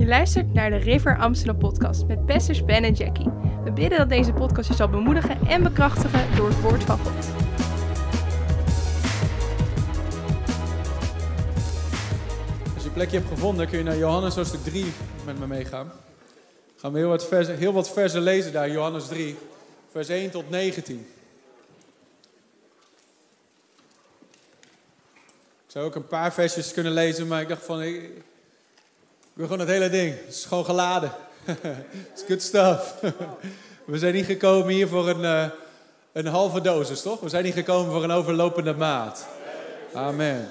Je luistert naar de River Amsterdam podcast met pastors Ben en Jackie. We bidden dat deze podcast je zal bemoedigen en bekrachtigen door het woord van God. Als je een plekje hebt gevonden, kun je naar Johannes hoofdstuk 3 met me meegaan. Gaan we heel wat versen lezen daar, Johannes 3, vers 1 tot 19. Ik zou ook een paar versjes kunnen lezen, maar ik dacht van, ik wil gewoon het hele ding. Het is gewoon geladen. It's good stuff. We zijn niet gekomen hier voor een halve dosis, toch? We zijn niet gekomen voor een overlopende maat. Amen.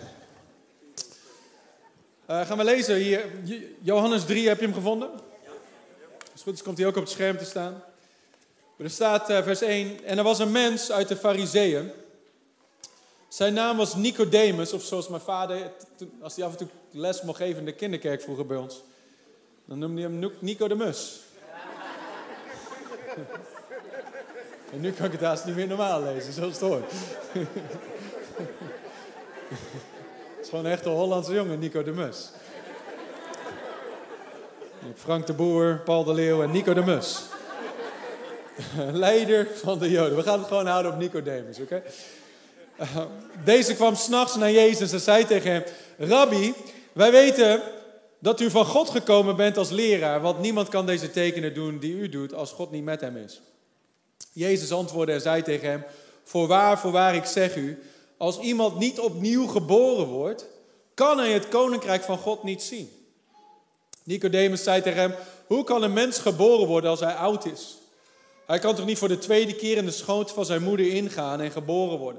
Gaan we lezen hier. Johannes 3, heb je hem gevonden? Als het goed is, komt hij ook op het scherm te staan. Er staat vers 1. En er was een mens uit de Farizeeën. Zijn naam was Nicodemus, of zoals mijn vader, als hij af en toe les mocht geven in de kinderkerk vroeger bij ons, dan noemde hij hem Nicodemus. En nu kan ik het haast niet meer normaal lezen, zoals het hoort. Het is gewoon echt een Hollandse jongen, Nicodemus. Frank de Boer, Paul de Leeuw en Nicodemus. Leider van de Joden. We gaan het gewoon houden op Nicodemus, oké? Deze kwam 's nachts naar Jezus en zei tegen hem: Rabbi, wij weten dat u van God gekomen bent als leraar, want niemand kan deze tekenen doen die u doet als God niet met hem is. Jezus antwoordde en zei tegen hem: voorwaar, ik zeg u, als iemand niet opnieuw geboren wordt, kan hij het koninkrijk van God niet zien. Nicodemus zei tegen hem: hoe kan een mens geboren worden als hij oud is? Hij kan toch niet voor de tweede keer in de schoot van zijn moeder ingaan en geboren worden?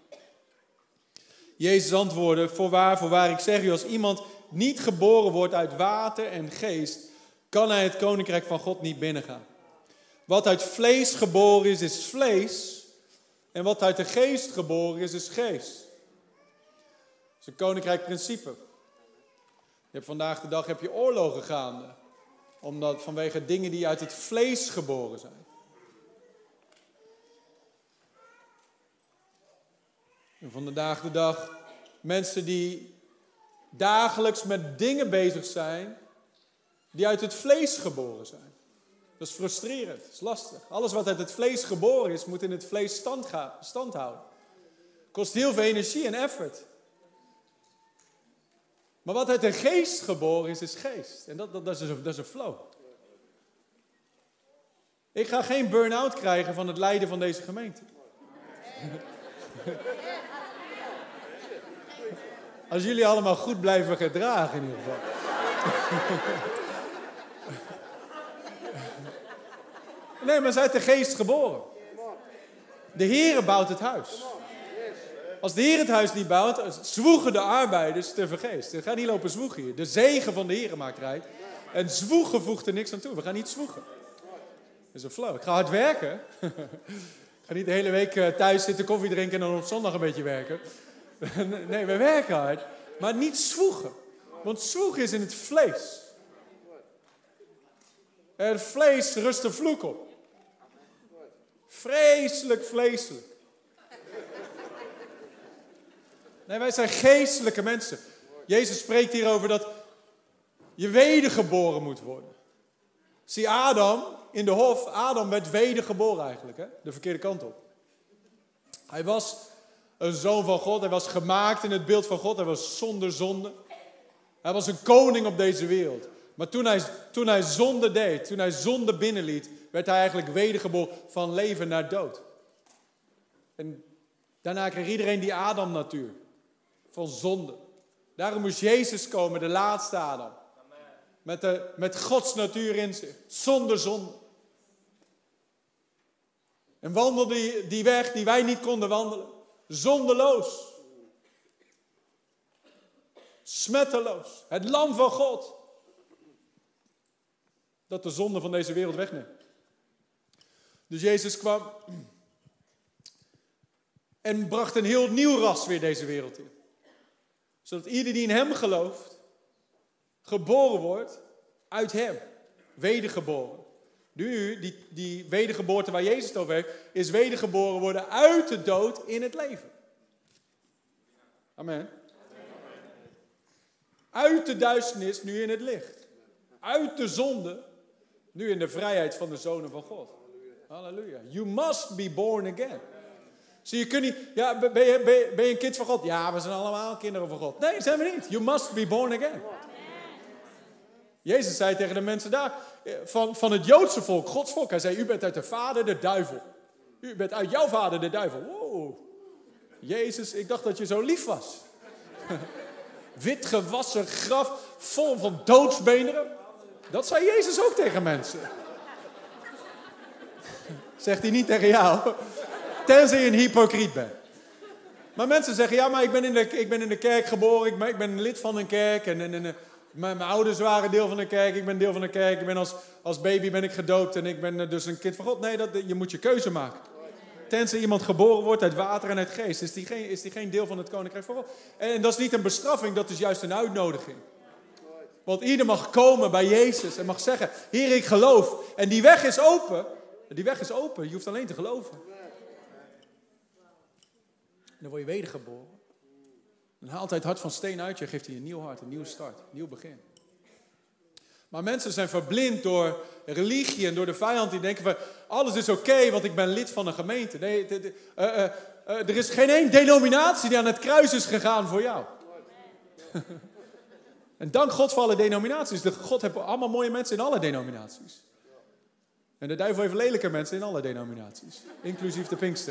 Jezus antwoordde: voorwaar, ik zeg u, als iemand niet geboren wordt uit water en geest, kan hij het koninkrijk van God niet binnengaan. Wat uit vlees geboren is vlees. En wat uit de geest geboren is geest. Dat is een koninkrijk principe. Vandaag de dag heb je oorlogen gaande. Vanwege dingen die uit het vlees geboren zijn. En vandaag de dag mensen die dagelijks met dingen bezig zijn die uit het vlees geboren zijn. Dat is frustrerend, dat is lastig. Alles wat uit het vlees geboren is, moet in het vlees stand houden. Kost heel veel energie en effort. Maar wat uit de geest geboren is geest. En dat is een flow. Ik ga geen burn-out krijgen van het leiden van deze gemeente. Als jullie allemaal goed blijven gedragen in ieder geval. Nee, maar ze zijn uit de geest geboren. De Heere bouwt het huis. Als de Heer het huis niet bouwt, zwoegen de arbeiders te vergeefs. We gaan niet lopen zwoegen hier. De zegen van de Heere maakt rijk. En zwoegen voegt er niks aan toe. We gaan niet zwoegen. Dat is een flow. Ik ga hard werken. Ik ga niet de hele week thuis zitten, koffie drinken en dan op zondag een beetje werken. Nee, we werken hard. Maar niet zwoegen. Want zwoegen is in het vlees. En het vlees rust een vloek op. Vreselijk vleeselijk. Nee, wij zijn geestelijke mensen. Jezus spreekt hierover dat je wedergeboren moet worden. Zie Adam in de hof. Adam werd wedergeboren eigenlijk. Hè? De verkeerde kant op. Hij was een zoon van God. Hij was gemaakt in het beeld van God. Hij was zonder zonde. Hij was een koning op deze wereld. Maar toen hij zonde deed, toen hij zonde binnenliet, werd hij eigenlijk wedergeboren van leven naar dood. En daarna kreeg iedereen die Adam-natuur. Van zonde. Daarom moest Jezus komen, de laatste Adam. Met Gods natuur in zich. Zonder zonde. En wandelde die weg die wij niet konden wandelen. Zondeloos. Smetteloos. Het lam van God. Dat de zonde van deze wereld wegneemt. Dus Jezus kwam. En bracht een heel nieuw ras weer deze wereld in. Zodat ieder die in hem gelooft. Geboren wordt uit hem. Wedergeboren. Nu, die wedergeboorte waar Jezus het over heeft, is wedergeboren worden uit de dood in het leven. Amen. Uit de duisternis nu in het licht. uit de zonde, nu in de vrijheid van de zonen van God. Halleluja. You must be born again. Zie je, kun je, ja, ben je een kind van God? Ja, we zijn allemaal kinderen van God. Nee, zijn we niet. You must be born again. Jezus zei tegen de mensen daar, van het Joodse volk, Gods volk. Hij zei, u bent uit de vader de duivel. U bent uit jouw vader de duivel. Wow. Jezus, ik dacht dat je zo lief was. Wit gewassen graf, vol van doodsbeenderen. Dat zei Jezus ook tegen mensen. Zegt hij niet tegen jou. Tenzij je een hypocriet bent. Maar mensen zeggen, ja, maar ik ben in de kerk geboren. Ik ben lid van een kerk. En mijn ouders waren deel van de kerk. Ik ben deel van de kerk. Ik ben als baby ben ik gedoopt. En ik ben dus een kind van God. Nee, je moet je keuze maken. Tenzij iemand geboren wordt uit water en uit geest. Is die geen deel van het koninkrijk van God. En dat is niet een bestraffing. Dat is juist een uitnodiging. Want ieder mag komen bij Jezus. En mag zeggen, Heer, ik geloof. En die weg is open. Die weg is open. Je hoeft alleen te geloven. En dan word je wedergeboren. Dan haalt hij het hart van steen uit je. Geeft hij een nieuw hart, een nieuwe start, een nieuw begin. Maar mensen zijn verblind door religie en door de vijand. Die denken van, alles is oké, want ik ben lid van een gemeente. Nee, er is geen één denominatie die aan het kruis is gegaan voor jou. En dank God voor alle denominaties. God heeft allemaal mooie mensen in alle denominaties. En de duivel heeft lelijke mensen in alle denominaties. Inclusief de Pinkster.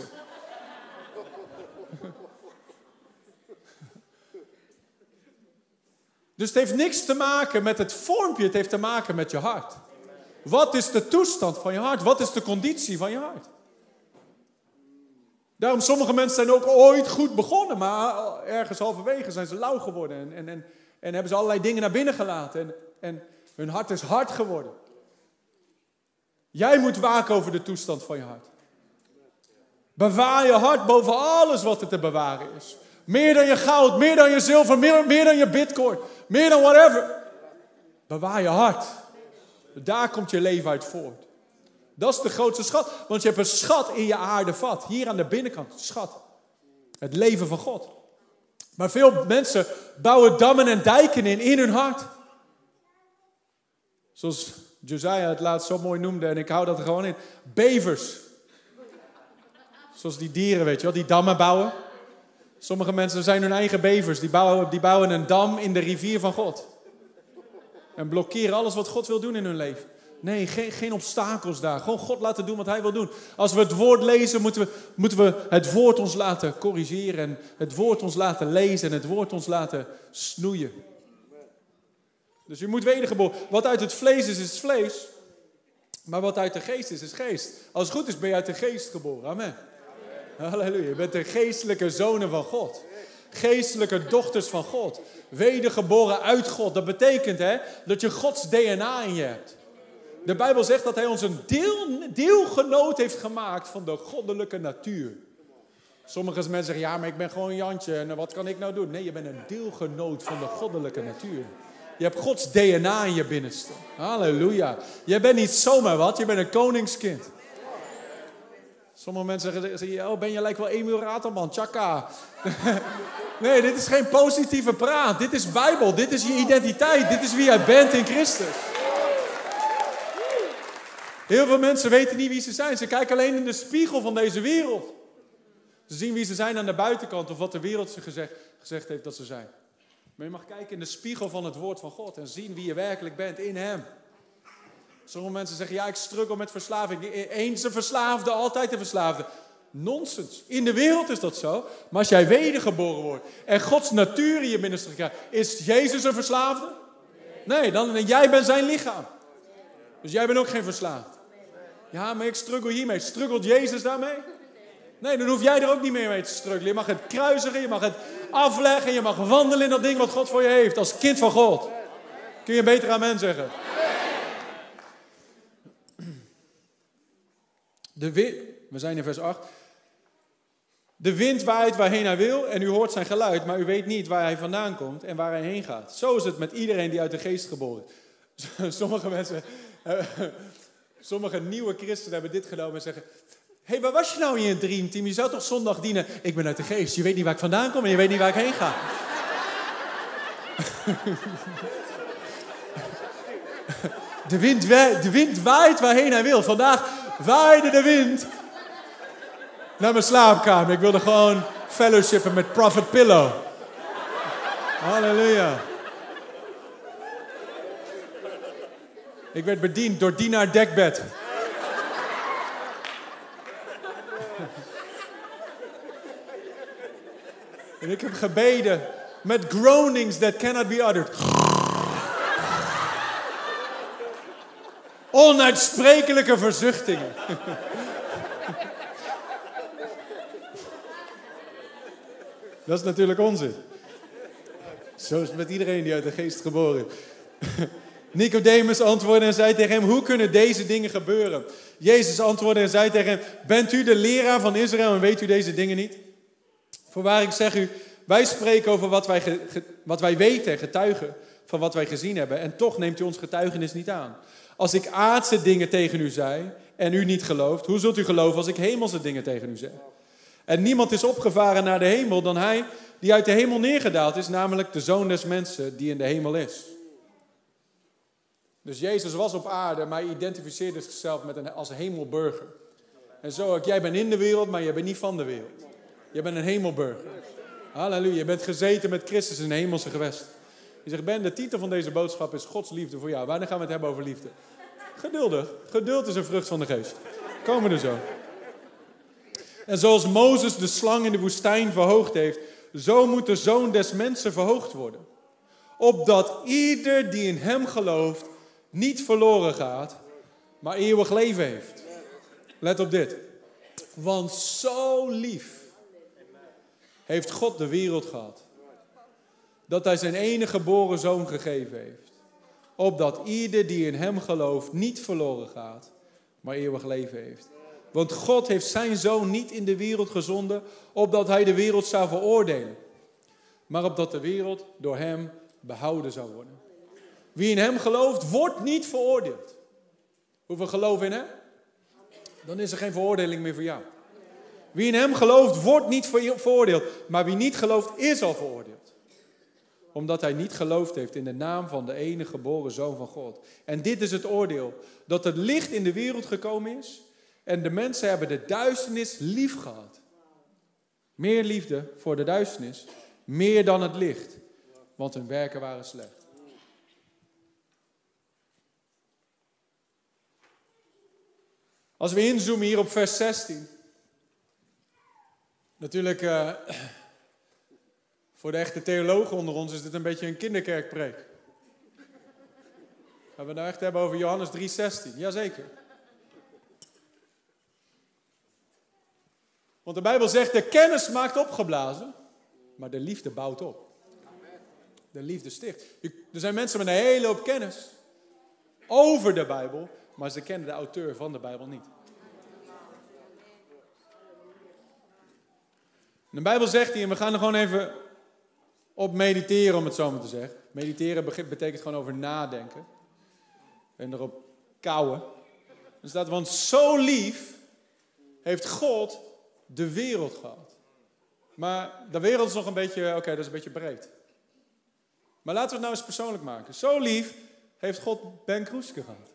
Dus het heeft niks te maken met het vormpje, het heeft te maken met je hart. Wat is de toestand van je hart? Wat is de conditie van je hart? Daarom, sommige mensen zijn ook ooit goed begonnen, maar ergens halverwege zijn ze lauw geworden. En hebben ze allerlei dingen naar binnen gelaten. En hun hart is hard geworden. Jij moet waken over de toestand van je hart. Bewaar je hart boven alles wat er te bewaren is. Meer dan je goud, meer dan je zilver, meer dan je bitcoin, meer dan whatever. Bewaar je hart. Daar komt je leven uit voort. Dat is de grootste schat. Want je hebt een schat in je aardevat. Hier aan de binnenkant, schat. Het leven van God. Maar veel mensen bouwen dammen en dijken in hun hart. Zoals Josiah het laatst zo mooi noemde. En ik hou dat er gewoon in. Bevers. Zoals die dieren, weet je wel, die dammen bouwen. Sommige mensen zijn hun eigen bevers. Die bouwen een dam in de rivier van God. En blokkeren alles wat God wil doen in hun leven. Nee, geen obstakels daar. Gewoon God laten doen wat hij wil doen. Als we het woord lezen, moeten we het woord ons laten corrigeren. En het woord ons laten lezen. En het woord ons laten snoeien. Dus je moet wedergeboren. Wat uit het vlees is vlees. Maar wat uit de geest is geest. Als het goed is, ben je uit de geest geboren. Amen. Halleluja. Je bent de geestelijke zonen van God. Geestelijke dochters van God. Wedergeboren uit God. Dat betekent dat je Gods DNA in je hebt. De Bijbel zegt dat hij ons een deelgenoot heeft gemaakt van de goddelijke natuur. Sommige mensen zeggen, ja, maar ik ben gewoon Jantje en wat kan ik nou doen? Nee, je bent een deelgenoot van de goddelijke natuur. Je hebt Gods DNA in je binnenste. Halleluja. Je bent niet zomaar wat, je bent een koningskind. Sommige mensen zeggen, oh, ben je lijkt wel Emiel Raterman, tjaka. Nee, dit is geen positieve praat. Dit is Bijbel, dit is je identiteit. Dit is wie jij bent in Christus. Heel veel mensen weten niet wie ze zijn. Ze kijken alleen in de spiegel van deze wereld. Ze zien wie ze zijn aan de buitenkant of wat de wereld ze gezegd heeft dat ze zijn. Maar je mag kijken in de spiegel van het woord van God en zien wie je werkelijk bent in hem. Sommige mensen zeggen, ja, ik struggle met verslaving. Eens een verslaafde, altijd een verslaafde. Nonsens. In de wereld is dat zo. Maar als jij wedergeboren wordt en Gods natuur in je binnenste krijgt, is Jezus een verslaafde? Nee, dan jij bent zijn lichaam. Dus jij bent ook geen verslaafd. Ja, maar ik struggle hiermee. Struggelt Jezus daarmee? Nee, dan hoef jij er ook niet meer mee te struggelen. Je mag het kruisigen, je mag het afleggen, je mag wandelen in dat ding wat God voor je heeft. Als kind van God. Kun je beter amen zeggen? We zijn in vers 8. De wind waait waarheen hij wil en u hoort zijn geluid, maar u weet niet waar hij vandaan komt en waar hij heen gaat. Zo is het met iedereen die uit de geest geboren is. Sommige mensen, sommige nieuwe christenen hebben dit genomen en zeggen, hé, waar was je nou in je dreamteam? Je zou toch zondag dienen? Ik ben uit de geest. Je weet niet waar ik vandaan kom en je weet niet waar ik heen ga. De wind waait waarheen hij wil. Vandaag waaide de wind naar mijn slaapkamer. Ik wilde gewoon fellowshippen met Prophet Pillow. Halleluja. Ik werd bediend door Dienaar Dekbed. En ik heb gebeden met groanings that cannot be uttered. Onuitsprekelijke verzuchtingen. Dat is natuurlijk onzin. Zo is het met iedereen die uit de geest geboren is. Nicodemus antwoordde en zei tegen hem, hoe kunnen deze dingen gebeuren? Jezus antwoordde en zei tegen hem, bent u de leraar van Israël en weet u deze dingen niet? Voorwaar ik zeg u, wij spreken over wat wij weten en getuigen van wat wij gezien hebben. En toch neemt u ons getuigenis niet aan. Als ik aardse dingen tegen u zei en u niet gelooft, hoe zult u geloven als ik hemelse dingen tegen u zeg? En niemand is opgevaren naar de hemel dan hij die uit de hemel neergedaald is, namelijk de Zoon des Mensen die in de hemel is. Dus Jezus was op aarde, maar hij identificeerde zichzelf als een hemelburger. En zo ook, jij bent in de wereld, maar jij bent niet van de wereld. Je bent een hemelburger. Halleluja, je bent gezeten met Christus in de hemelse gewest. Je zegt, Ben, de titel van deze boodschap is Gods liefde voor jou. Wanneer gaan we het hebben over liefde? Geduldig. Geduld is een vrucht van de geest. Komen we er zo. En zoals Mozes de slang in de woestijn verhoogd heeft, zo moet de Zoon des Mensen verhoogd worden. Opdat ieder die in hem gelooft niet verloren gaat, maar eeuwig leven heeft. Let op dit. Want zo lief heeft God de wereld gehad, dat hij zijn enige geboren zoon gegeven heeft. Opdat ieder die in hem gelooft niet verloren gaat, maar eeuwig leven heeft. Want God heeft zijn zoon niet in de wereld gezonden, opdat hij de wereld zou veroordelen. Maar opdat de wereld door hem behouden zou worden. Wie in hem gelooft, wordt niet veroordeeld. Hoeveel geloven in hem? Dan is er geen veroordeling meer voor jou. Wie in hem gelooft, wordt niet veroordeeld. Maar wie niet gelooft, is al veroordeeld. Omdat hij niet geloofd heeft in de naam van de enige geboren Zoon van God. En dit is het oordeel. Dat het licht in de wereld gekomen is. En de mensen hebben de duisternis lief gehad. Meer liefde voor de duisternis. Meer dan het licht. Want hun werken waren slecht. Als we inzoomen hier op vers 16. Natuurlijk, voor de echte theologen onder ons is dit een beetje een kinderkerkpreek. Gaan we het nou echt hebben over Johannes 3,16? Jazeker. Want de Bijbel zegt, de kennis maakt opgeblazen, maar de liefde bouwt op. De liefde sticht. Er zijn mensen met een hele hoop kennis over de Bijbel, maar ze kennen de auteur van de Bijbel niet. De Bijbel zegt hier, en we gaan er gewoon even op mediteren, om het zo maar te zeggen. Mediteren betekent gewoon over nadenken. En erop kouwen. Er staat, want zo lief heeft God de wereld gehad. Maar de wereld is nog een beetje, oké, dat is een beetje breed. Maar laten we het nou eens persoonlijk maken. Zo lief heeft God Ben Kroeske gehad.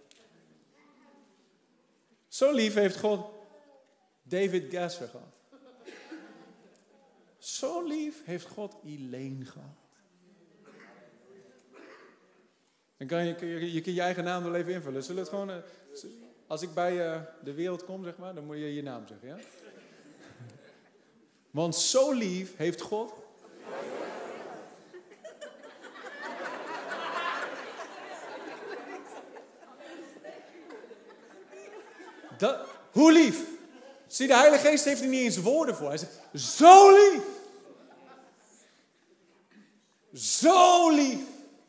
Zo lief heeft God David Gasser gehad. Zo lief heeft God Elaine gehad. Dan kan je je eigen naam wel even invullen. Zullen we het gewoon, als ik bij de wereld kom, zeg maar, dan moet je je naam zeggen, ja? Want zo lief heeft God. Hoe lief? Zie, de Heilige Geest heeft er niet eens woorden voor. Hij zegt, zo lief. Zo lief.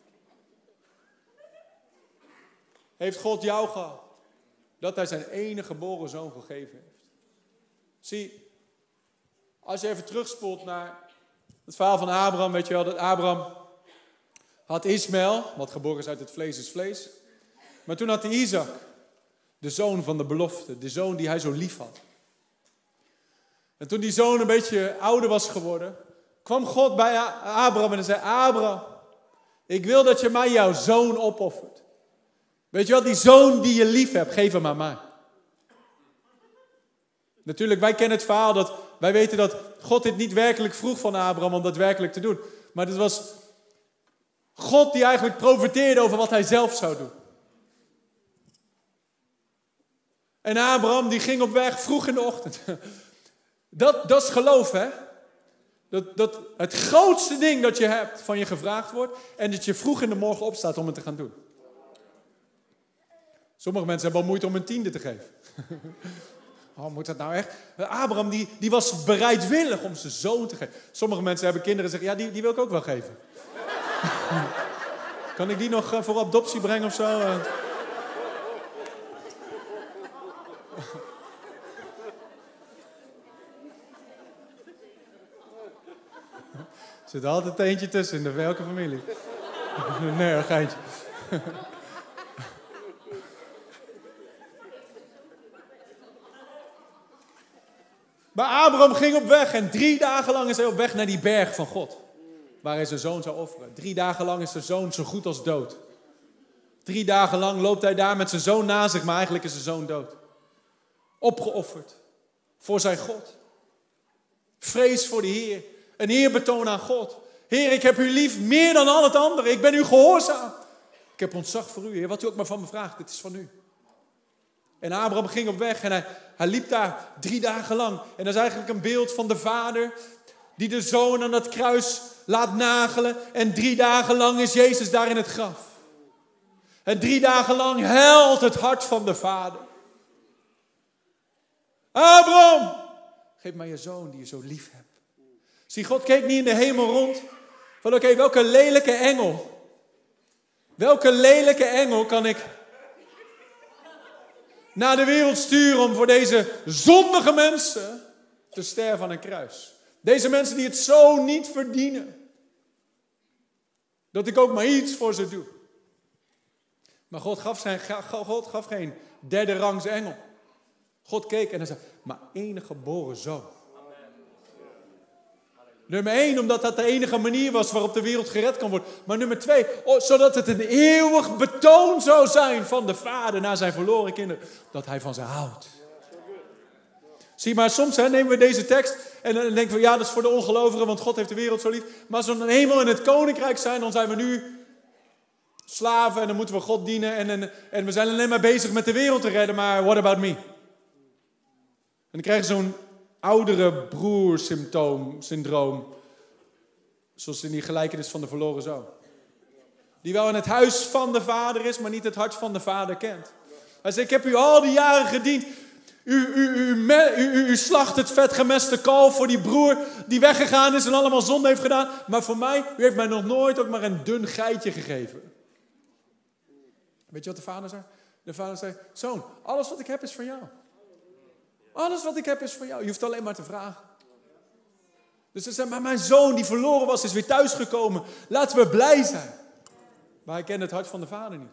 Heeft God jou gehad. Dat hij zijn enige geboren zoon gegeven heeft. Zie, als je even terugspoelt naar het verhaal van Abraham, weet je wel, dat Abraham had Ismaël, wat geboren is uit het vlees is vlees. Maar toen had hij Isaac, de zoon van de belofte, de zoon die hij zo lief had. En toen die zoon een beetje ouder was geworden, kwam God bij Abraham en zei, Abraham, ik wil dat je mij jouw zoon opoffert. Weet je wat, die zoon die je lief hebt, geef hem aan mij. Natuurlijk, wij kennen het verhaal wij weten dat God dit niet werkelijk vroeg van Abraham om dat werkelijk te doen. Maar het was God die eigenlijk profeteerde over wat hij zelf zou doen. En Abraham die ging op weg vroeg in de ochtend. Dat is geloof, hè? Dat het grootste ding dat je hebt van je gevraagd wordt en dat je vroeg in de morgen opstaat om het te gaan doen. Sommige mensen hebben al moeite om een tiende te geven. Oh, moet dat nou echt? Abraham die was bereidwillig om zijn zoon te geven. Sommige mensen hebben kinderen en zeggen, ja, die wil ik ook wel geven. Kan ik die nog voor adoptie brengen of zo? Er zit altijd eentje tussen in welke familie. Nee, een geintje. Maar Abraham ging op weg en 3 dagen lang is hij op weg naar die berg van God. Waar hij zijn zoon zou offeren. 3 dagen lang is zijn zoon zo goed als dood. 3 dagen lang loopt hij daar met zijn zoon naast zich, maar eigenlijk is zijn zoon dood. Opgeofferd voor zijn God. Vrees voor de Heer. Een eerbetoon aan God. Heer, ik heb u lief meer dan al het andere. Ik ben u gehoorzaam. Ik heb ontzag voor u, Heer. Wat u ook maar van me vraagt, dit is van u. En Abraham ging op weg en hij liep daar 3 dagen lang. En dat is eigenlijk een beeld van de vader die de zoon aan dat kruis laat nagelen. En 3 dagen lang is Jezus daar in het graf. En 3 dagen lang huilt het hart van de vader. Abraham, geef mij je zoon die je zo lief hebt. Zie, God keek niet in de hemel rond. Van oké, welke lelijke engel. Welke lelijke engel kan ik naar de wereld sturen om voor deze zondige mensen te sterven aan een kruis. Deze mensen die het zo niet verdienen. Dat ik ook maar iets voor ze doe. Maar God gaf geen derde rangs engel. God keek en hij zei, maar enige geboren zoon. Nummer 1, omdat dat de enige manier was waarop de wereld gered kan worden. Maar nummer 2, zodat het een eeuwig betoon zou zijn van de vader naar zijn verloren kinderen. Dat hij van ze houdt. Zie, maar soms nemen we deze tekst en dan denken we, ja, dat is voor de ongelovigen, want God heeft de wereld zo lief. Maar als we dan eenmaal in het koninkrijk zijn, dan zijn we nu slaven en dan moeten we God dienen. En we zijn alleen maar bezig met de wereld te redden, maar what about me? En dan krijg je zo'n oudere broer-syndroom. Zoals in die gelijkenis van de verloren zoon. Die wel in het huis van de vader is, maar niet het hart van de vader kent. Hij zegt, ik heb u al die jaren gediend. U slacht het vetgemeste kalf voor die broer die weggegaan is en allemaal zonde heeft gedaan. Maar voor mij, u heeft mij nog nooit ook maar een dun geitje gegeven. Weet je wat de vader zei? De vader zei, zoon, alles wat ik heb is van jou. Alles wat ik heb is van jou. Je hoeft alleen maar te vragen. Dus hij zei, maar mijn zoon die verloren was, is weer thuisgekomen. Laten we blij zijn. Maar hij kende het hart van de vader niet.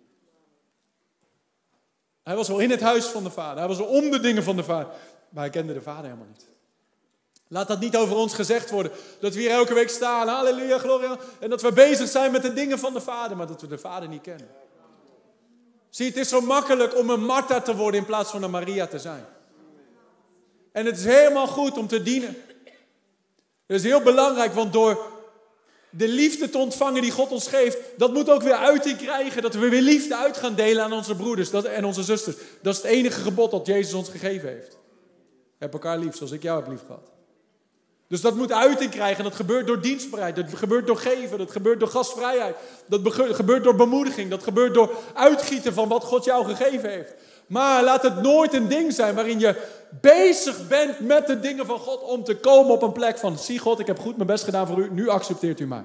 Hij was wel in het huis van de vader. Hij was wel om de dingen van de vader. Maar hij kende de vader helemaal niet. Laat dat niet over ons gezegd worden. Dat we hier elke week staan. Halleluja, gloria. En dat we bezig zijn met de dingen van de vader. Maar dat we de vader niet kennen. Zie, het is zo makkelijk om een Martha te worden in plaats van een Maria te zijn. En het is helemaal goed om te dienen. Dat is heel belangrijk, want door de liefde te ontvangen die God ons geeft, dat moet ook weer uiting krijgen, dat we weer liefde uit gaan delen aan onze broeders en onze zusters. Dat is het enige gebod dat Jezus ons gegeven heeft. Heb elkaar lief, zoals ik jou heb lief gehad. Dus dat moet uiting krijgen en dat gebeurt door dienstbaarheid, dat gebeurt door geven, dat gebeurt door gastvrijheid, dat gebeurt door bemoediging, dat gebeurt door uitgieten van wat God jou gegeven heeft. Maar laat het nooit een ding zijn waarin je bezig bent met de dingen van God om te komen op een plek van, zie God, ik heb goed mijn best gedaan voor u, nu accepteert u mij.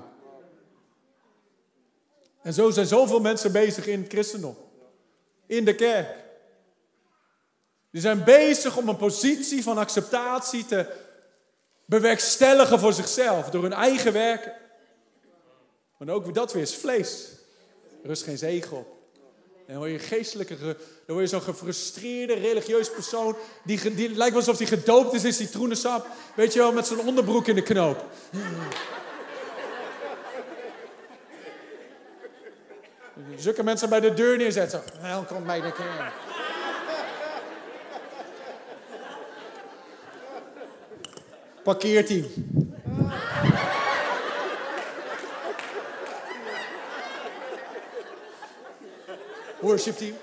En zo zijn zoveel mensen bezig in het christendom. In de kerk. Die zijn bezig om een positie van acceptatie te bewerkstelligen voor zichzelf, door hun eigen werken. Maar ook dat weer is vlees. Er rust geen zegen op. En dan word je dan word je zo'n gefrustreerde religieus persoon, die lijkt alsof hij gedoopt is in citroensap. Weet je wel, met zijn onderbroek in de knoop. Zulke mensen bij de deur neerzetten. Welkom bij de kerk. Parkeerteam. Worship team.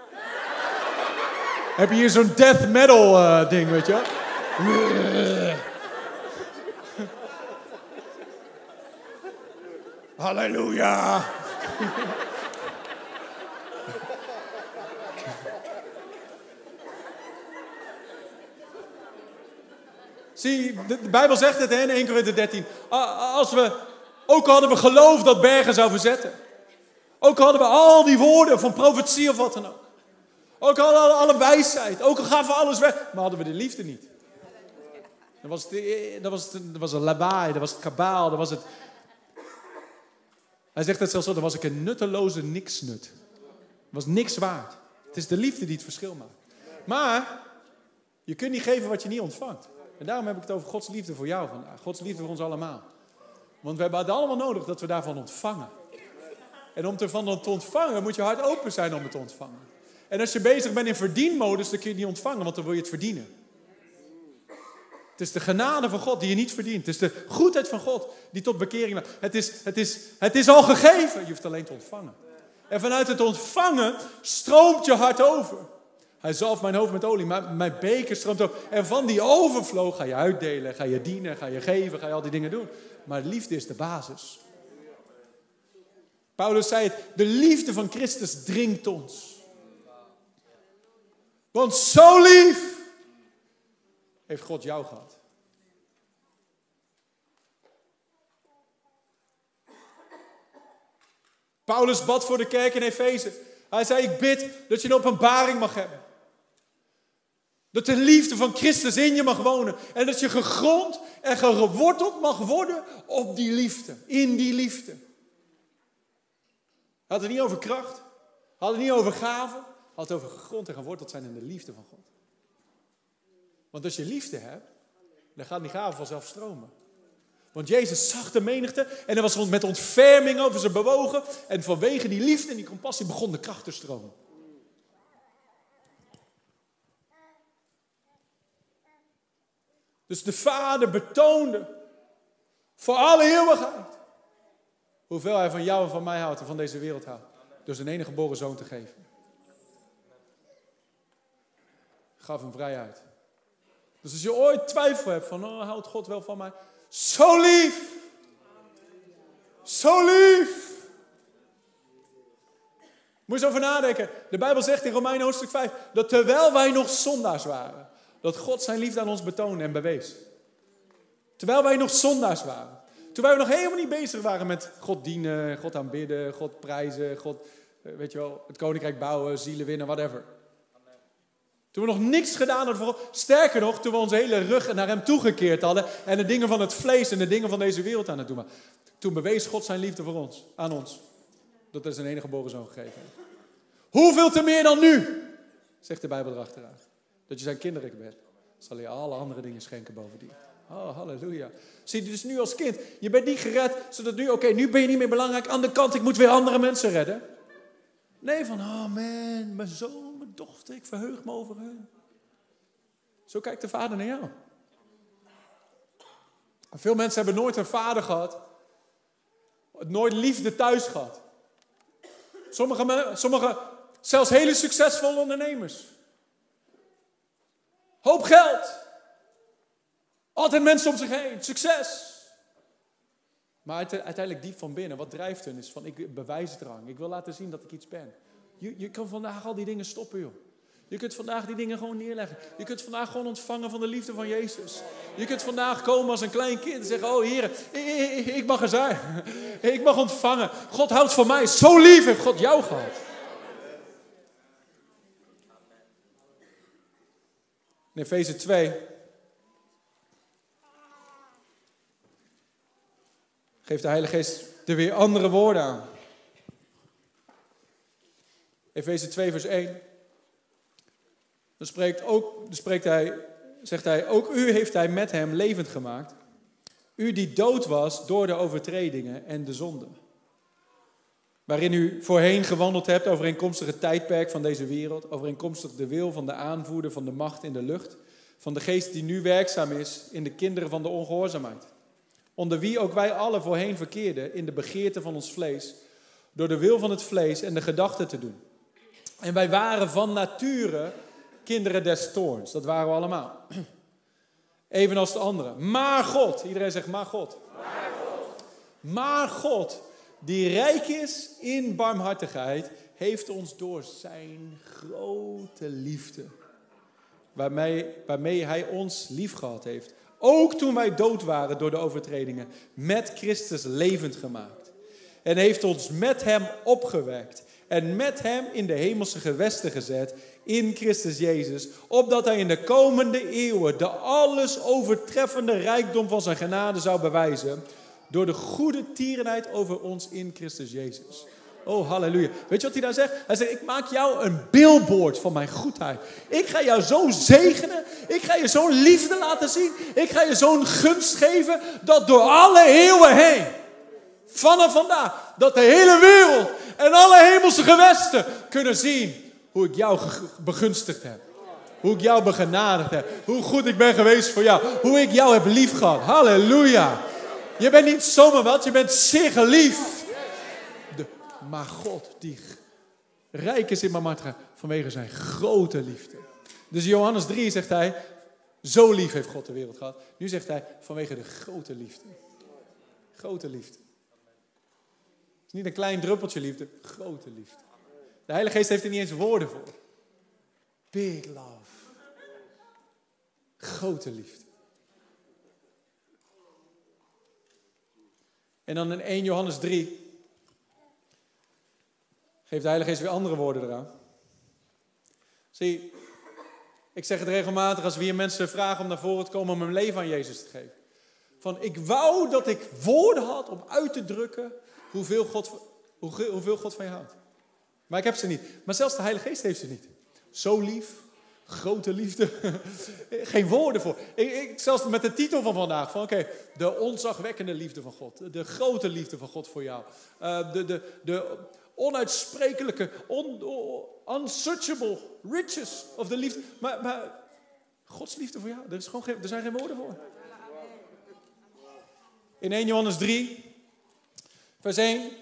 Heb je hier zo'n death metal ding, weet je? Halleluja. Zie, de Bijbel zegt het in 1 Korinthe 13. Ook hadden we geloof dat bergen zou verzetten. Ook hadden we al die woorden van profetie of wat dan ook. Ook hadden we alle wijsheid. Ook al gaven we alles weg. Maar hadden we de liefde niet. Dat was een lawaai. Dat was het kabaal. Dat was het... Hij zegt het zelfs zo. Dan was ik een nutteloze niksnut. Dat was niks waard. Het is de liefde die het verschil maakt. Maar je kunt niet geven wat je niet ontvangt. En daarom heb ik het over Gods liefde voor jou vandaag. Gods liefde voor ons allemaal. Want we hebben het allemaal nodig dat we daarvan ontvangen. En om ervan te ontvangen moet je hart open zijn om het te ontvangen. En als je bezig bent in verdienmodus, dan kun je het niet ontvangen, want dan wil je het verdienen. Het is de genade van God die je niet verdient. Het is de goedheid van God die tot bekering leidt. Het is al gegeven, je hoeft alleen te ontvangen. En vanuit het ontvangen stroomt je hart over. Hij zalft mijn hoofd met olie, mijn beker stroomt over. En van die overvloed ga je uitdelen, ga je dienen, ga je geven, ga je al die dingen doen. Maar liefde is de basis. Paulus zei het, de liefde van Christus dringt ons. Want zo lief heeft God jou gehad. Paulus bad voor de kerk in Efeze. Hij zei, ik bid dat je een openbaring mag hebben. Dat de liefde van Christus in je mag wonen. En dat je gegrond en geworteld mag worden op die liefde. In die liefde. Hij had het niet over kracht. Hij had het niet over gaven. Hij had het over gegrond en geworteld zijn in de liefde van God. Want als je liefde hebt, dan gaan die gaven vanzelf stromen. Want Jezus zag de menigte en er was met ontferming over ze bewogen. En vanwege die liefde en die compassie begon de kracht te stromen. Dus de Vader betoonde voor alle eeuwigheid hoeveel hij van jou en van mij houdt en van deze wereld houdt. Door zijn enige geboren zoon te geven. Gaf hem vrijheid. Dus als je ooit twijfel hebt van, houdt God wel van mij? Zo lief! Zo lief! Moet je eens over nadenken. De Bijbel zegt in Romeinen hoofdstuk 5, dat terwijl wij nog zondaars waren, dat God zijn liefde aan ons betoonde en bewees. Terwijl wij nog zondaars waren. Terwijl we nog helemaal niet bezig waren met God dienen, God aanbidden, God prijzen, God, weet je wel, het koninkrijk bouwen, zielen winnen, whatever. Toen we nog niks gedaan hadden voor God. Sterker nog, toen we onze hele rug naar hem toegekeerd hadden en de dingen van het vlees en de dingen van deze wereld aan het doen waren. Toen bewees God zijn liefde voor ons, aan ons. Dat hij zijn enige geboren zoon gegeven heeft. Hoeveel te meer dan nu, zegt de Bijbel erachteraan. Dat je zijn kinderen bent, zal hij alle andere dingen schenken bovendien. Oh, halleluja. Zie je dus nu als kind, je bent niet gered, zodat nu, oké, nu ben je niet meer belangrijk. Aan de kant, ik moet weer andere mensen redden. Nee, van, oh man, mijn zoon, mijn dochter, ik verheug me over hen. Zo kijkt de Vader naar jou. Veel mensen hebben nooit een vader gehad. Nooit liefde thuis gehad. Sommige zelfs hele succesvolle ondernemers. Hoop geld. Altijd mensen om zich heen. Succes. Maar uiteindelijk diep van binnen, wat drijft hun is van ik bewijsdrang. Ik wil laten zien dat ik iets ben. Je kan vandaag al die dingen stoppen, joh. Je kunt vandaag die dingen gewoon neerleggen. Je kunt vandaag gewoon ontvangen van de liefde van Jezus. Je kunt vandaag komen als een klein kind en zeggen, oh Heer, ik mag er zijn. Ik mag ontvangen. God houdt van mij. Zo lief heeft God jou gehad. In Efeze 2 geeft de Heilige Geest er weer andere woorden aan. Efeze 2 vers 1. Dan zegt hij, ook u heeft hij met hem levend gemaakt. U die dood was door de overtredingen en de zonden. waarin u voorheen gewandeld hebt overeenkomstig het tijdperk van deze wereld, overeenkomstig de wil van de aanvoerder van de macht in de lucht, van de geest die nu werkzaam is in de kinderen van de ongehoorzaamheid. Onder wie ook wij allen voorheen verkeerden in de begeerte van ons vlees, door de wil van het vlees en de gedachten te doen. En wij waren van nature kinderen des toorns. Dat waren we allemaal. Evenals de anderen. Maar God, iedereen zegt maar God. Maar God, die rijk is in barmhartigheid, heeft ons door zijn grote liefde, waarmee hij ons liefgehad heeft, ook toen wij dood waren door de overtredingen, met Christus levend gemaakt. En heeft ons met hem opgewekt en met hem in de hemelse gewesten gezet, in Christus Jezus, opdat hij in de komende eeuwen de alles overtreffende rijkdom van zijn genade zou bewijzen, door de goede tierenheid over ons in Christus Jezus. Oh, halleluja. Weet je wat hij daar zegt? Hij zegt, ik maak jou een billboard van mijn goedheid. Ik ga jou zo zegenen. Ik ga je zo'n liefde laten zien. Ik ga je zo'n gunst geven, dat door alle eeuwen heen, vanaf vandaag, dat de hele wereld en alle hemelse gewesten kunnen zien hoe ik jou begunstigd heb. Hoe ik jou begenadigd heb. Hoe goed ik ben geweest voor jou. Hoe ik jou heb lief gehad. Halleluja. Je bent niet zomaar wat, je bent zeer geliefd. Maar God, die rijk is in barmhartigheid, vanwege zijn grote liefde. Dus in Johannes 3 zegt hij, zo lief heeft God de wereld gehad. Nu zegt hij, vanwege de grote liefde. Grote liefde. Het is niet een klein druppeltje liefde, grote liefde. De Heilige Geest heeft er niet eens woorden voor. Big love. Grote liefde. En dan in 1 Johannes 3... geeft de Heilige Geest weer andere woorden eraan. Zie, ik zeg het regelmatig als we hier mensen vragen om naar voren te komen om hun leven aan Jezus te geven. Van, ik wou dat ik woorden had om uit te drukken hoeveel God van je houdt. Maar ik heb ze niet. Maar zelfs de Heilige Geest heeft ze niet. Zo lief, grote liefde. Geen woorden voor. Zelfs met de titel van vandaag. Van oké, de ontzagwekkende liefde van God. De grote liefde van God voor jou. De onuitsprekelijke, unsearchable riches of de liefde. Maar Gods liefde voor jou, er zijn geen woorden voor. In 1 Johannes 3, vers 1.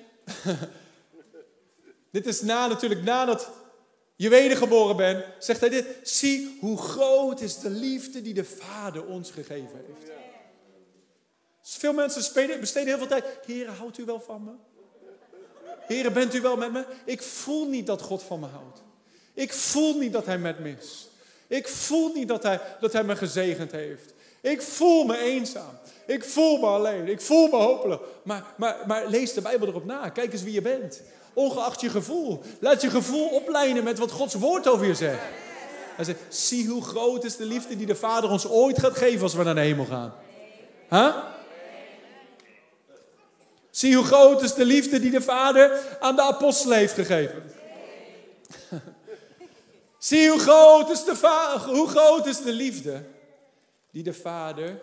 Dit is natuurlijk nadat je wedergeboren bent, zegt hij dit. Zie hoe groot is de liefde die de Vader ons gegeven heeft. Dus veel mensen besteden heel veel tijd. Heere, houdt u wel van me? Heere, bent u wel met me? Ik voel niet dat God van me houdt. Ik voel niet dat hij met me is. Ik voel niet dat hij me gezegend heeft. Ik voel me eenzaam. Ik voel me alleen. Ik voel me hopeloos. Maar lees de Bijbel erop na. Kijk eens wie je bent. Ongeacht je gevoel. Laat je gevoel oplijnen met wat Gods woord over je zegt. Hij zegt, zie hoe groot is de liefde die de Vader ons ooit gaat geven als we naar de hemel gaan. Huh? Zie hoe groot is de liefde die de Vader aan de apostelen heeft gegeven. Zie hoe groot is de liefde die de Vader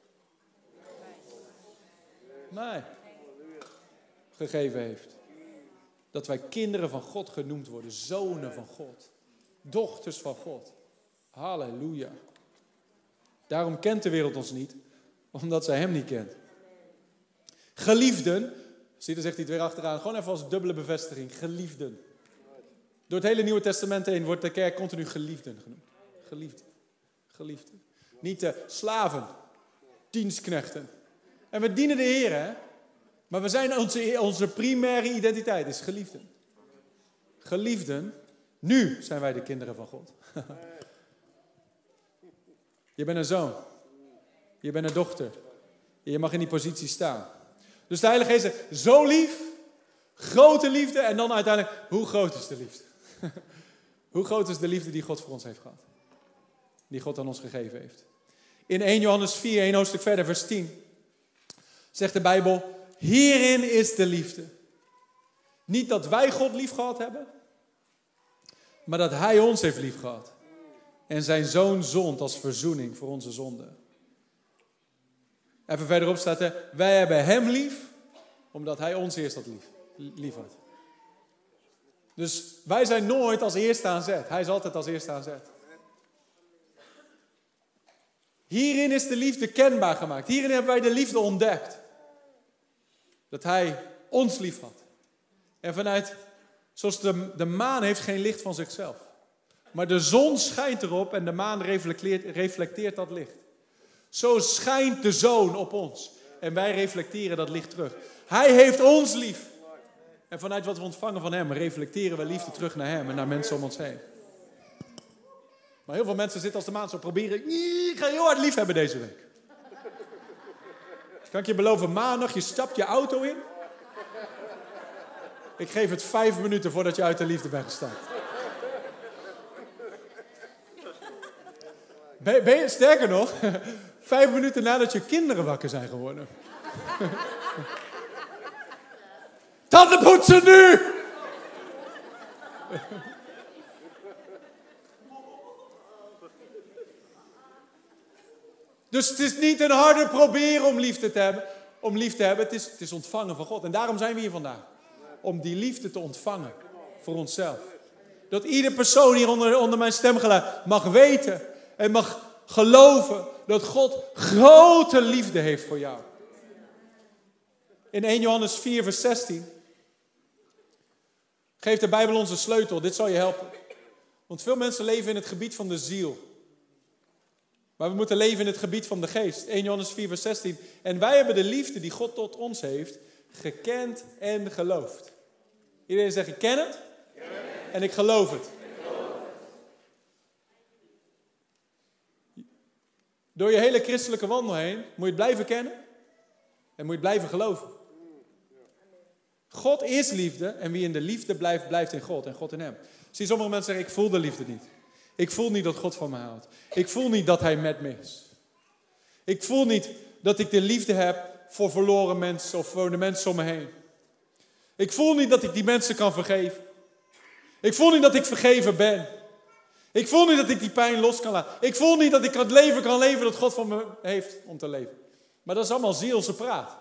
mij gegeven heeft. Dat wij kinderen van God genoemd worden. Zonen van God. Dochters van God. Halleluja. Daarom kent de wereld ons niet. Omdat zij hem niet kent. Geliefden. Zie, dan zegt hij het weer achteraan. Gewoon even als dubbele bevestiging. Geliefden. Door het hele Nieuwe Testament heen wordt de kerk continu geliefden genoemd. Geliefden. Geliefden. Niet slaven. Dienstknechten. En we dienen de Heer, hè. Maar we zijn onze primaire identiteit is geliefden. Geliefden. Nu zijn wij de kinderen van God. Je bent een zoon. Je bent een dochter. Je mag in die positie staan. Dus de Heilige Geest zegt, zo lief, grote liefde. En dan uiteindelijk, hoe groot is de liefde? Hoe groot is de liefde die God voor ons heeft gehad? Die God aan ons gegeven heeft. In 1 Johannes 4, 1 hoofdstuk verder, vers 10. Zegt de Bijbel, hierin is de liefde. Niet dat wij God lief gehad hebben. Maar dat hij ons heeft lief gehad. En zijn zoon zond als verzoening voor onze zonden. Even verderop staat er, wij hebben hem lief, omdat hij ons eerst lief had. Dus wij zijn nooit als eerste aan zet. Hij is altijd als eerste aan zet. Hierin is de liefde kenbaar gemaakt. Hierin hebben wij de liefde ontdekt. Dat hij ons lief had. En vanuit, zoals de maan heeft geen licht van zichzelf. Maar de zon schijnt erop en de maan reflecteert dat licht. Zo schijnt de Zoon op ons. En wij reflecteren dat licht terug. Hij heeft ons lief. En vanuit wat we ontvangen van hem, reflecteren we liefde terug naar hem en naar mensen om ons heen. Maar heel veel mensen zitten als de maan zo proberen. Ik ga heel hard lief hebben deze week. Kan ik je beloven, maandag, je stapt je auto in. Ik geef het 5 minuten voordat je uit de liefde bent gestapt. Sterker nog, 5 minuten nadat je kinderen wakker zijn geworden. Tanden poetsen nu! Dus het is niet een harde proberen om liefde te hebben. Het is ontvangen van God. En daarom zijn we hier vandaag. Om die liefde te ontvangen voor onszelf. Dat ieder persoon hier onder mijn stemgeluid mag weten en mag geloven dat God grote liefde heeft voor jou. In 1 Johannes 4 vers 16 geeft de Bijbel ons een sleutel. Dit zal je helpen. Want veel mensen leven in het gebied van de ziel. Maar we moeten leven in het gebied van de geest. 1 Johannes 4 vers 16. En wij hebben de liefde die God tot ons heeft gekend en geloofd. Iedereen zegt, ik ken het en ik geloof het. Door je hele christelijke wandel heen moet je het blijven kennen en moet je het blijven geloven. God is liefde en wie in de liefde blijft, blijft in God en God in hem. Zie, sommige mensen zeggen, ik voel de liefde niet. Ik voel niet dat God van me houdt. Ik voel niet dat hij met me is. Ik voel niet dat ik de liefde heb voor verloren mensen of voor de mensen om me heen. Ik voel niet dat ik die mensen kan vergeven. Ik voel niet dat ik vergeven ben. Ik voel niet dat ik die pijn los kan laten. Ik voel niet dat ik het leven kan leven dat God van me heeft om te leven. Maar dat is allemaal zielse praat.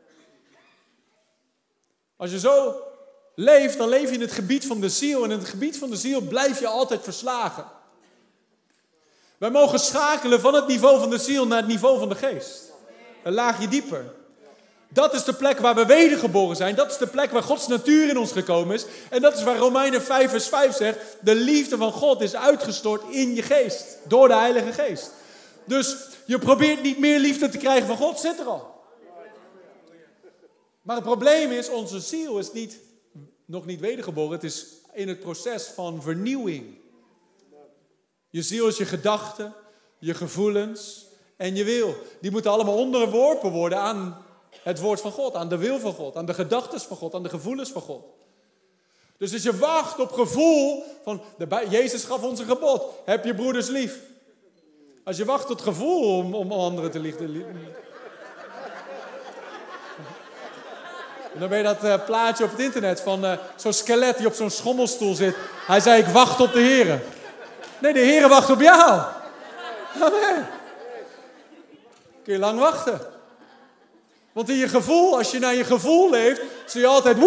Als je zo leeft, dan leef je in het gebied van de ziel. En in het gebied van de ziel blijf je altijd verslagen. Wij mogen schakelen van het niveau van de ziel naar het niveau van de geest. Een laagje dieper. Dat is de plek waar we wedergeboren zijn. Dat is de plek waar Gods natuur in ons gekomen is. En dat is waar Romeinen 5 vers 5 zegt. De liefde van God is uitgestort in je geest. Door de Heilige Geest. Dus je probeert niet meer liefde te krijgen van God. Zit er al. Maar het probleem is, onze ziel is nog niet wedergeboren. Het is in het proces van vernieuwing. Je ziel is je gedachten, je gevoelens en je wil. Die moeten allemaal onderworpen worden aan het woord van God, aan de wil van God, aan de gedachten van God, aan de gevoelens van God. Dus als je wacht op gevoel, Jezus gaf ons een gebod, heb je broeders lief. Als je wacht op gevoel om anderen te liefden. Dan ben je dat plaatje op het internet van zo'n skelet die op zo'n schommelstoel zit. Hij zei, ik wacht op de Here. Nee, de Here wacht op jou. Amen. Kun je lang wachten. Want in je gevoel, als je naar je gevoel leeft, zul je altijd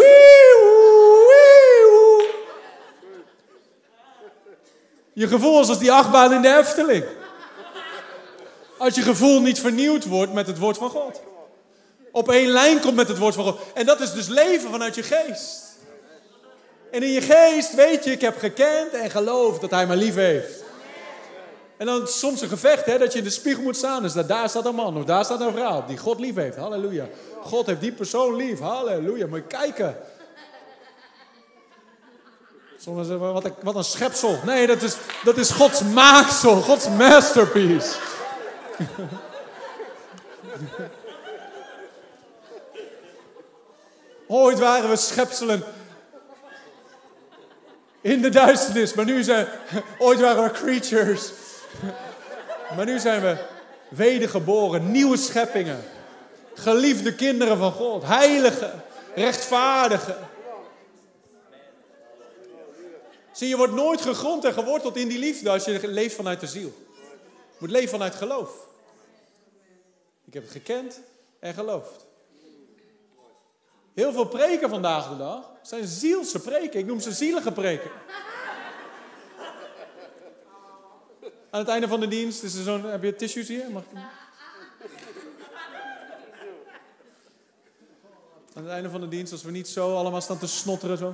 Je gevoel is als die achtbaan in de Efteling. Als je gevoel niet vernieuwd wordt met het woord van God. Op één lijn komt met het woord van God. En dat is dus leven vanuit je geest. En in je geest weet je, ik heb gekend en geloofd dat hij me lief heeft. En dan is soms een gevecht, dat je in de spiegel moet staan. Dus daar staat een man of daar staat een vrouw die God lief heeft. Halleluja. God heeft die persoon lief. Halleluja. Moet je kijken. Soms zeggen, wat een schepsel. Nee, dat is Gods maaksel. Gods masterpiece. Ooit waren we schepselen in de duisternis, maar ooit waren we creatures. Maar nu zijn we wedergeboren, nieuwe scheppingen. Geliefde kinderen van God, heilige, rechtvaardige. Zie, je wordt nooit gegrond en geworteld in die liefde als je leeft vanuit de ziel. Je moet leven vanuit geloof. Ik heb het gekend en geloofd. Heel veel preken vandaag de dag zijn zielse preken. Ik noem ze zielige preken. Aan het einde van de dienst is er zo'n... Heb je tissues hier? Mag ik... Aan het einde van de dienst, als we niet zo allemaal staan te snotteren zo.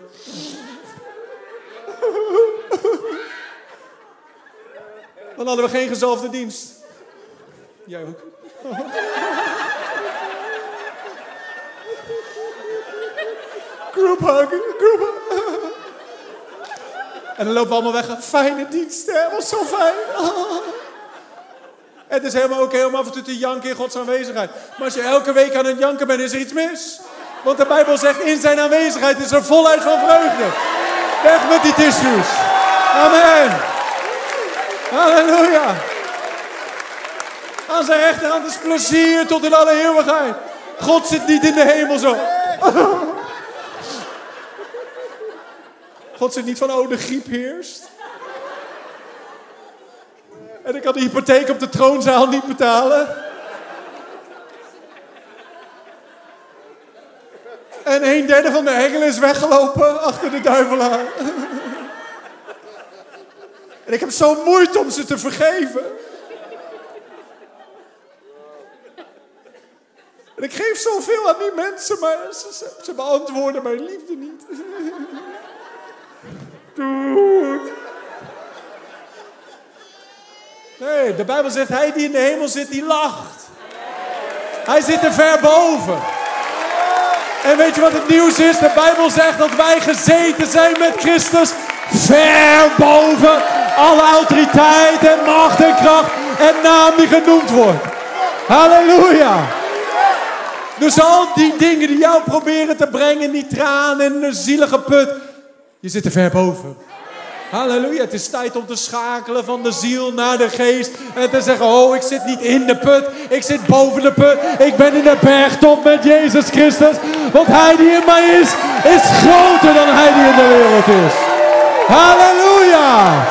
Dan hadden we geen gezalfde dienst. Jij ook. Group hug. En dan lopen we allemaal weg. Fijne dienst, hè? Was zo fijn. Het is helemaal oké om af en toe te janken in Gods aanwezigheid. Maar als je elke week aan het janken bent, is er iets mis. Want de Bijbel zegt, in zijn aanwezigheid is er volheid van vreugde. Weg met die tissues. Amen. Halleluja. Aan zijn rechterhand is plezier tot in alle eeuwigheid. God zit niet in de hemel zo. God zit niet van, de griep heerst. En ik had de hypotheek op de troonzaal niet betalen. En 1/3 van de engelen is weggelopen achter de duivel aan. En ik heb zo moeite om ze te vergeven. En ik geef zoveel aan die mensen, maar ze beantwoorden mijn liefde niet. Dude. Nee, de Bijbel zegt, hij die in de hemel zit, die lacht. Hij zit er ver boven. En weet je wat het nieuws is? De Bijbel zegt dat wij gezeten zijn met Christus ver boven alle autoriteit en macht en kracht en naam die genoemd wordt. Halleluja. Dus al die dingen die jou proberen te brengen, die tranen en de zielige put, je zit er ver boven. Halleluja, het is tijd om te schakelen van de ziel naar de geest. En te zeggen, ik zit niet in de put, ik zit boven de put. Ik ben in de bergtop met Jezus Christus. Want hij die in mij is groter dan hij die in de wereld is. Halleluja.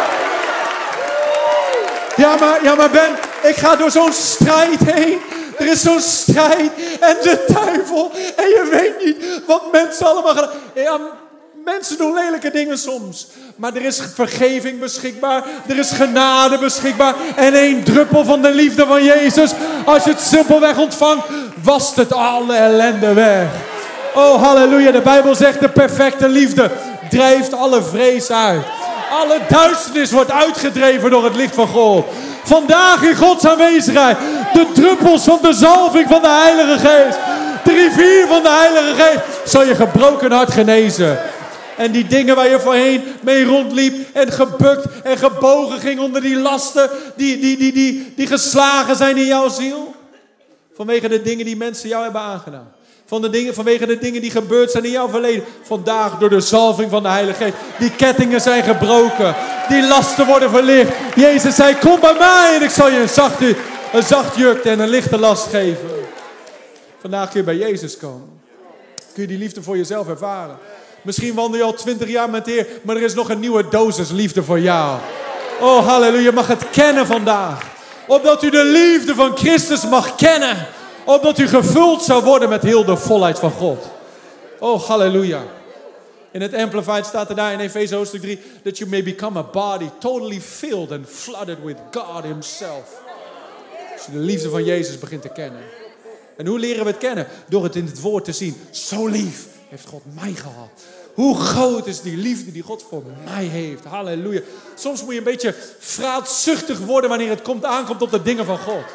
Ja, maar Ben, ik ga door zo'n strijd heen. Er is zo'n strijd en de duivel. En je weet niet wat mensen allemaal gaan... Ja, mensen doen lelijke dingen soms. Maar er is vergeving beschikbaar. Er is genade beschikbaar. En 1 druppel van de liefde van Jezus. Als je het simpelweg ontvangt, wast het alle ellende weg. Oh, halleluja. De Bijbel zegt, de perfecte liefde drijft alle vrees uit. Alle duisternis wordt uitgedreven door het licht van God. Vandaag in Gods aanwezigheid. De druppels van de zalving van de Heilige Geest. De rivier van de Heilige Geest zal je gebroken hart genezen. En die dingen waar je voorheen mee rondliep en gebukt en gebogen ging onder die lasten die geslagen zijn in jouw ziel. Vanwege de dingen die mensen jou hebben aangedaan. Vanwege de dingen die gebeurd zijn in jouw verleden. Vandaag door de zalving van de Heilige Geest. Die kettingen zijn gebroken. Die lasten worden verlicht. Jezus zei, kom bij mij en ik zal je een zacht juk en een lichte last geven. Vandaag kun je bij Jezus komen. Kun je die liefde voor jezelf ervaren. Misschien wandel je al 20 jaar met de Heer, maar er is nog een nieuwe dosis liefde voor jou. Oh, halleluja, je mag het kennen vandaag. Opdat u de liefde van Christus mag kennen. Opdat u gevuld zou worden met heel de volheid van God. Oh, halleluja. In het Amplified staat er daar in Efeze hoofdstuk 3... that you may become a body totally filled and flooded with God himself. Als je de liefde van Jezus begint te kennen. En hoe leren we het kennen? Door het in het woord te zien. Zo lief heeft God mij gehad. Hoe groot is die liefde die God voor mij heeft. Halleluja. Soms moet je een beetje vraatzuchtig worden wanneer het aankomt op de dingen van God.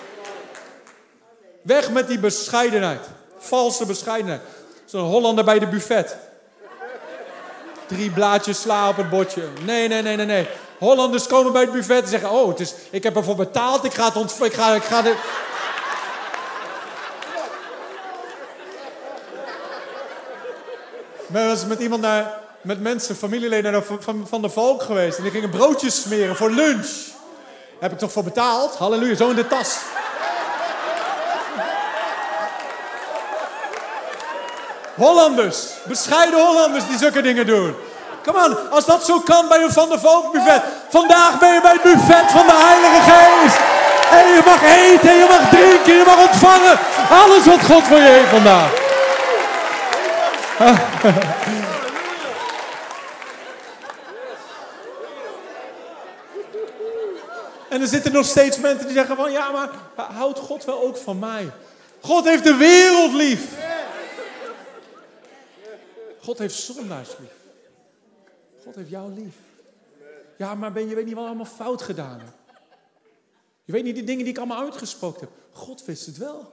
Weg met die bescheidenheid. Valse bescheidenheid. Zo'n Hollander bij de buffet. 3 blaadjes sla op het bordje. Nee. Hollanders komen bij het buffet en zeggen... ik heb ervoor betaald, ik ga het ontvangen. Ik ga dit... Ik ben wel eens met iemand met mensen, familieleden van de Volk geweest. En die gingen broodjes smeren voor lunch. Heb ik toch voor betaald? Halleluja, zo in de tas. Hollanders, bescheiden Hollanders die zulke dingen doen. Come on, als dat zo kan bij een Van der Valk buffet. Vandaag ben je bij het buffet van de Heilige Geest. En je mag eten, je mag drinken, je mag ontvangen. Alles wat God voor je heeft vandaag. En er zitten nog steeds mensen die zeggen van, ja, maar houdt God wel ook van mij? God heeft de wereld lief. God heeft zondaars lief. God heeft jou lief. Ja, maar je weet niet wat allemaal fout gedaan heb. Je weet niet die dingen die ik allemaal uitgesproken heb. God wist het wel.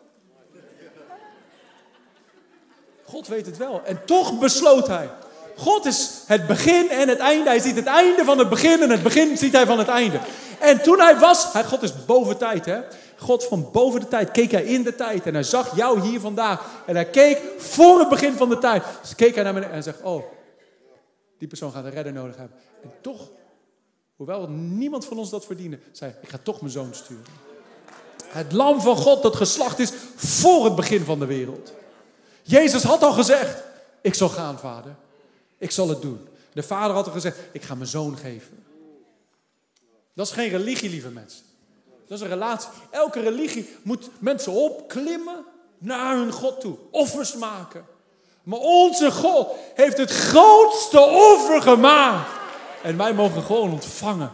God weet het wel. En toch besloot hij. God is het begin en het einde. Hij ziet het einde van het begin en het begin ziet hij van het einde. En toen hij was... God is boven tijd, hè. God van boven de tijd keek hij in de tijd. En hij zag jou hier vandaag. En hij keek voor het begin van de tijd. Dus keek hij naar beneden en zegt... Oh, die persoon gaat een redder nodig hebben. En toch, hoewel niemand van ons dat verdiende... zei ik ga toch mijn zoon sturen. Het lam van God dat geslacht is voor het begin van de wereld. Jezus had al gezegd... Ik zal gaan, vader. Ik zal het doen. De vader had al gezegd... Ik ga mijn zoon geven. Dat is geen religie, lieve mensen. Dat is een relatie. Elke religie moet mensen opklimmen naar hun God toe. Offers maken. Maar onze God heeft het grootste offer gemaakt. En wij mogen gewoon ontvangen.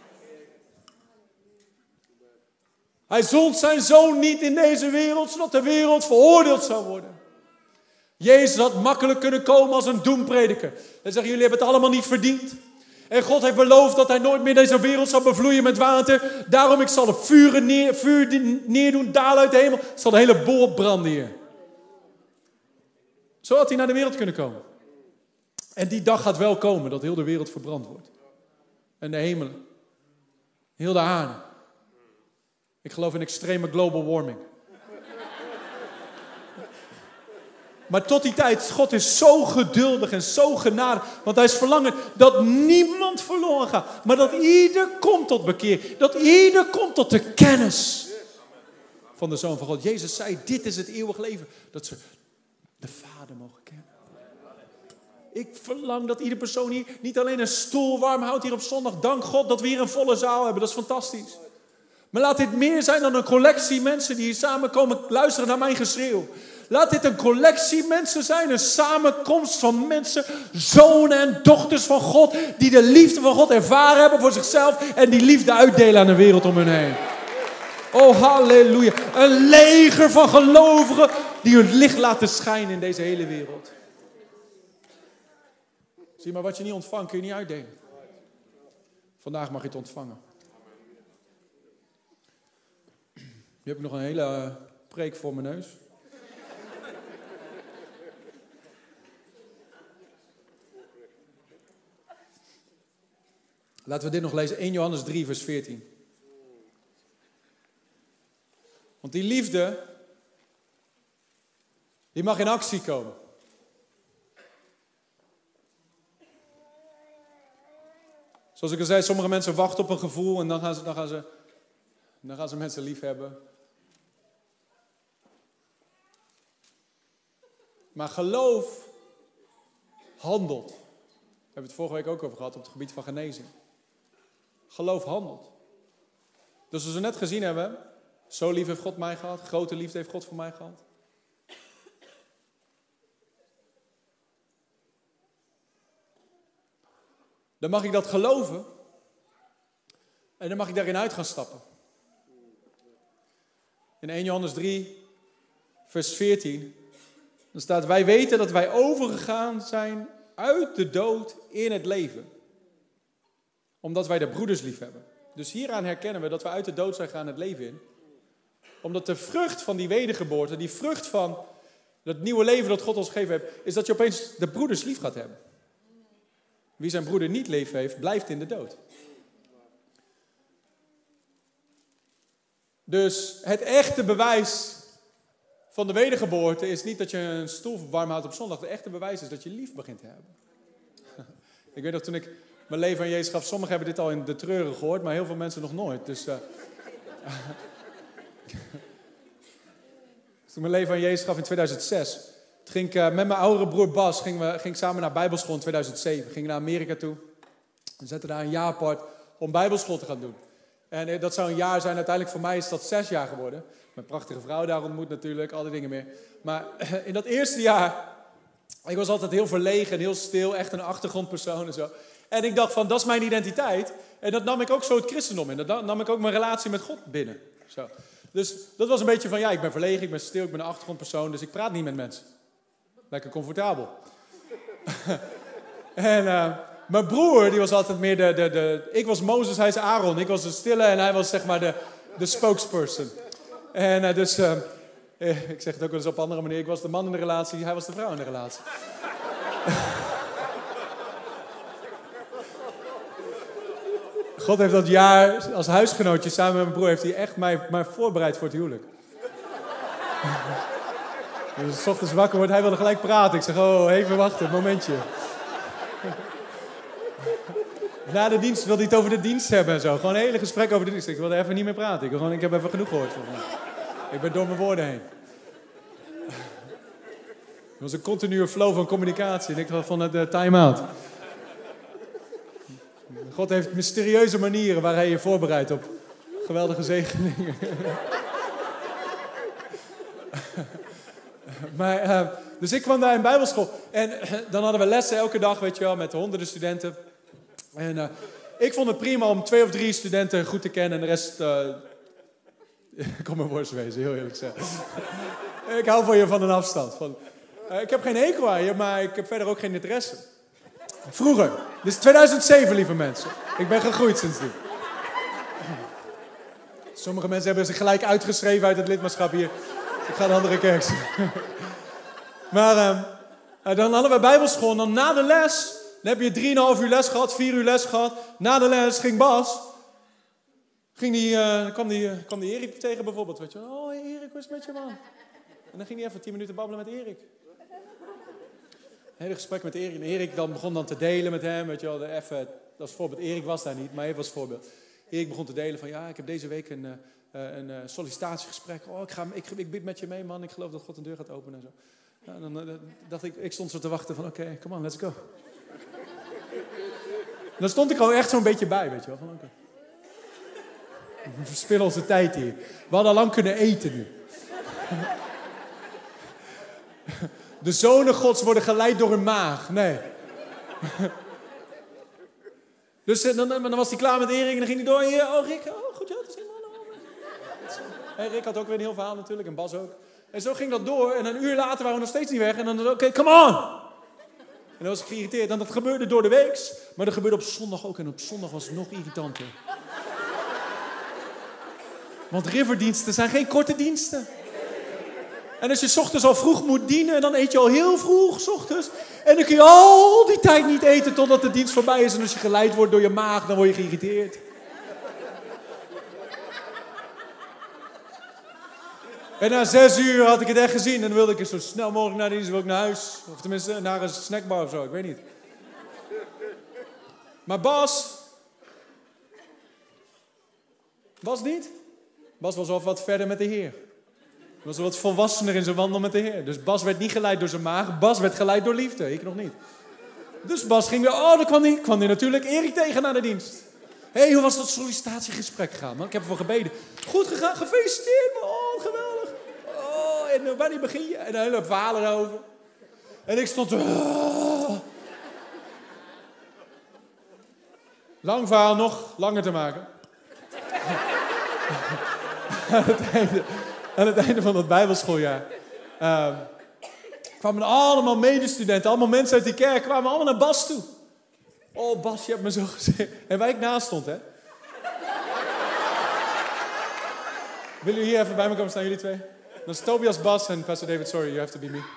Hij zond zijn zoon niet in deze wereld, zodat de wereld veroordeeld zou worden. Jezus had makkelijk kunnen komen als een doemprediker. En zeggen, jullie hebben het allemaal niet verdiend. En God heeft beloofd dat hij nooit meer deze wereld zal bevloeien met water. Daarom, ik zal het vuur neerdoen, dalen uit de hemel. Het zal de hele boel opbranden hier. Zo had hij naar de wereld kunnen komen. En die dag gaat wel komen, dat heel de wereld verbrand wordt. En de hemelen. Heel de aarde. Ik geloof in extreme global warming. Maar tot die tijd, God is zo geduldig en zo genadig. Want hij is verlangen dat niemand verloren gaat. Maar dat ieder komt tot bekeer. Dat ieder komt tot de kennis van de Zoon van God. Jezus zei, dit is het eeuwig leven. Dat ze de Vader mogen kennen. Ik verlang dat ieder persoon hier niet alleen een stoel warm houdt hier op zondag. Dank God dat we hier een volle zaal hebben. Dat is fantastisch. Maar laat dit meer zijn dan een collectie mensen die hier samenkomen luisteren naar mijn geschreeuw. Laat dit een collectie mensen zijn, een samenkomst van mensen, zonen en dochters van God, die de liefde van God ervaren hebben voor zichzelf en die liefde uitdelen aan de wereld om hun heen. Oh, halleluja. Een leger van gelovigen die hun licht laten schijnen in deze hele wereld. Zie maar, wat je niet ontvangt kun je niet uitdelen. Vandaag mag je het ontvangen. Nu heb ik nog een hele preek voor mijn neus. Laten we dit nog lezen. 1 Johannes 3, vers 14. Want die liefde, die mag in actie komen. Zoals ik al zei, sommige mensen wachten op een gevoel en dan gaan ze mensen lief hebben. Maar geloof handelt. Daar hebben we het vorige week ook over gehad op het gebied van genezing. Geloof handelt. Dus zoals we net gezien hebben, zo lief heeft God mij gehad, grote liefde heeft God voor mij gehad. Dan mag ik dat geloven en dan mag ik daarin uit gaan stappen. In 1 Johannes 3, vers 14, dan staat, wij weten dat wij overgegaan zijn uit de dood in het leven. Omdat wij de broeders lief hebben. Dus hieraan herkennen we dat we uit de dood zijn gegaan het leven in. Omdat de vrucht van die wedergeboorte, die vrucht van dat nieuwe leven dat God ons gegeven heeft, is dat je opeens de broeders lief gaat hebben. Wie zijn broeder niet lief heeft, blijft in de dood. Dus het echte bewijs van de wedergeboorte is niet dat je een stoel warm houdt op zondag. Het echte bewijs is dat je lief begint te hebben. Ik weet nog, toen ik mijn leven aan Jezus gaf, sommigen hebben dit al in de treuren gehoord, maar heel veel mensen nog nooit. Dus toen ik mijn leven aan Jezus gaf in 2006, toen ging ik met mijn oudere broer Bas, ging samen naar Bijbelschool in 2007. Ging naar Amerika toe. We zetten daar een jaar apart om Bijbelschool te gaan doen. En dat zou een jaar zijn, uiteindelijk voor mij is dat 6 jaar geworden. Mijn prachtige vrouw daar ontmoet natuurlijk, al die dingen meer. Maar in dat eerste jaar Ik was altijd heel verlegen en heel stil, echt een achtergrondpersoon en zo. En ik dacht van, dat is mijn identiteit. En dat nam ik ook zo het christendom in. Dat nam ik ook mijn relatie met God binnen. Zo. Dus dat was een beetje van, ja, ik ben verlegen, ik ben stil, ik ben een achtergrondpersoon, dus ik praat niet met mensen. Lekker comfortabel. En mijn broer, die was altijd meer ik was Mozes, hij is Aaron. Ik was de stille en hij was zeg maar de spokesperson. En ik zeg het ook wel eens op een andere manier, ik was de man in de relatie, hij was de vrouw in de relatie. God heeft dat jaar als huisgenootje samen met mijn broer, heeft hij echt mij voorbereid voor het huwelijk. Dus als 's ochtends wakker wordt, hij wilde gelijk praten. Ik zeg, oh, even wachten, een momentje. Na de dienst wilde hij het over de dienst hebben en zo. Gewoon een hele gesprek over de dienst. Ik wilde even niet meer praten. Ik heb even genoeg gehoord. Ik ben door mijn woorden heen. Het was een continue flow van communicatie. En ik dacht van het time-out. God heeft mysterieuze manieren waar hij je voorbereidt op geweldige zegeningen. Dus ik kwam daar in bijbelschool. En dan hadden we lessen elke dag, weet je wel, met honderden studenten. En ik vond het prima om 2 of 3 studenten goed te kennen. En de rest ik kon mijn worst wezen, heel eerlijk zeggen. Ik hou van je van een afstand. Ik heb geen hekel aan je, maar ik heb verder ook geen interesse. Vroeger. Dit is 2007, lieve mensen. Ik ben gegroeid sindsdien. Sommige mensen hebben zich gelijk uitgeschreven uit het lidmaatschap hier. Ik ga de andere kerk zien. Maar dan hadden we bijbelschool. En dan na de les, dan heb je 3,5 uur les gehad, 4 uur les gehad. Na de les ging Bas. Kwam die Erik tegen bijvoorbeeld. Weet je. Oh, Erik, hoe is het met je man? En dan ging hij even 10 minuten babbelen met Erik. Een hele gesprek met Erik. En Erik begon dan te delen met hem. Weet je wel, dat is voorbeeld. Erik was daar niet, maar hij was voorbeeld. Erik begon te delen van, ja, ik heb deze week een sollicitatiegesprek. Oh, ik bid met je mee, man. Ik geloof dat God een deur gaat openen en zo. Ja, en dan dacht ik stond zo te wachten van, oké, come on, let's go. En dan stond ik er al echt zo'n beetje bij, weet je wel. Van, okay. We verspillen onze tijd hier. We hadden al lang kunnen eten nu. De zonen Gods worden geleid door hun maag. Nee. Dus dan was hij klaar met Erik en dan ging hij door. En oh, Rick, oh, goed, ja, dat is helemaal. En Rick had ook weer een heel verhaal natuurlijk en Bas ook. En zo ging dat door. En een uur later waren we nog steeds niet weg. En dan oké, come on. En dan was ik geïrriteerd. En dat gebeurde door de week. Maar dat gebeurde op zondag ook. En op zondag was het nog irritanter. Want riverdiensten zijn geen korte diensten. En als je 's ochtends al vroeg moet dienen, dan eet je al heel vroeg 's ochtends. En dan kun je al die tijd niet eten totdat de dienst voorbij is. En als je geleid wordt door je maag, dan word je geïrriteerd. En na 6 uur had ik het echt gezien. En dan wilde ik zo snel mogelijk naar de dienst, wil ik naar huis. Of tenminste, naar een snackbar of zo, ik weet niet. Maar Bas niet. Bas was al wat verder met de Heer. Hij was wat volwassener in zijn wandel met de Heer. Dus Bas werd niet geleid door zijn maag. Bas werd geleid door liefde. Ik nog niet. Dus Bas ging weer... Oh, dan kwam hij natuurlijk Erik tegen naar de dienst. Hé, hoe was dat sollicitatiegesprek gegaan? Man, ik heb ervoor gebeden. Goed gegaan, gefeliciteerd. Oh, geweldig. Oh, en wanneer begin je? En een hele verhalen erover. En ik stond... Lang verhaal, nog langer te maken. Aan het einde van dat bijbelschooljaar kwamen allemaal medestudenten, allemaal mensen uit die kerk, kwamen allemaal naar Bas toe. Oh Bas, je hebt me zo gezegd. En waar ik naast stond, hè. Willen jullie hier even bij me komen staan, jullie twee? Dan is Tobias Bas en Pastor David, sorry, you have to be me.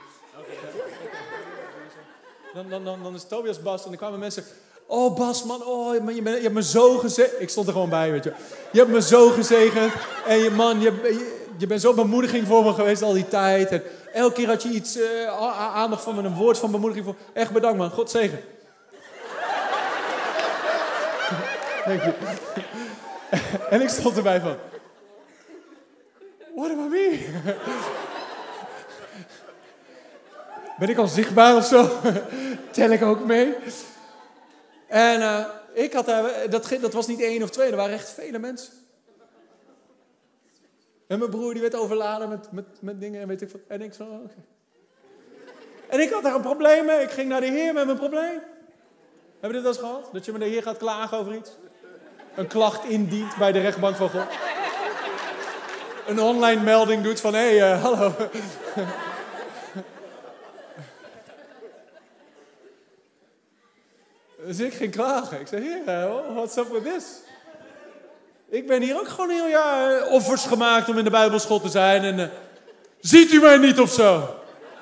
Dan is Tobias Bas en dan kwamen mensen... Oh Bas, man, oh, man, je hebt me zo gezegend. Ik stond er gewoon bij, weet je. Je hebt me zo gezegend. En je bent zo'n bemoediging voor me geweest al die tijd. En elke keer had je iets aandacht van me, een woord van bemoediging voor. Echt bedankt, man. God zegen. Dank je. En ik stond erbij van... What about me? Ben ik al zichtbaar of zo? Tel ik ook mee? En ik had daar... Dat was niet 1 of 2, er waren echt vele mensen. En mijn broer die werd overladen met dingen en weet ik wat. En ik zo, oké. En ik had daar een probleem mee. Ik ging naar de Heer met mijn probleem. Hebben we dit wel eens gehad? Dat je met de Heer gaat klagen over iets? Een klacht indient bij de rechtbank van God. Een online melding doet van, hallo. Dus ik ging klagen. Ik zei, Heer, what's up with this? Ik ben hier ook gewoon een heel jaar offers gemaakt om in de Bijbelschool te zijn. En ziet u mij niet of zo?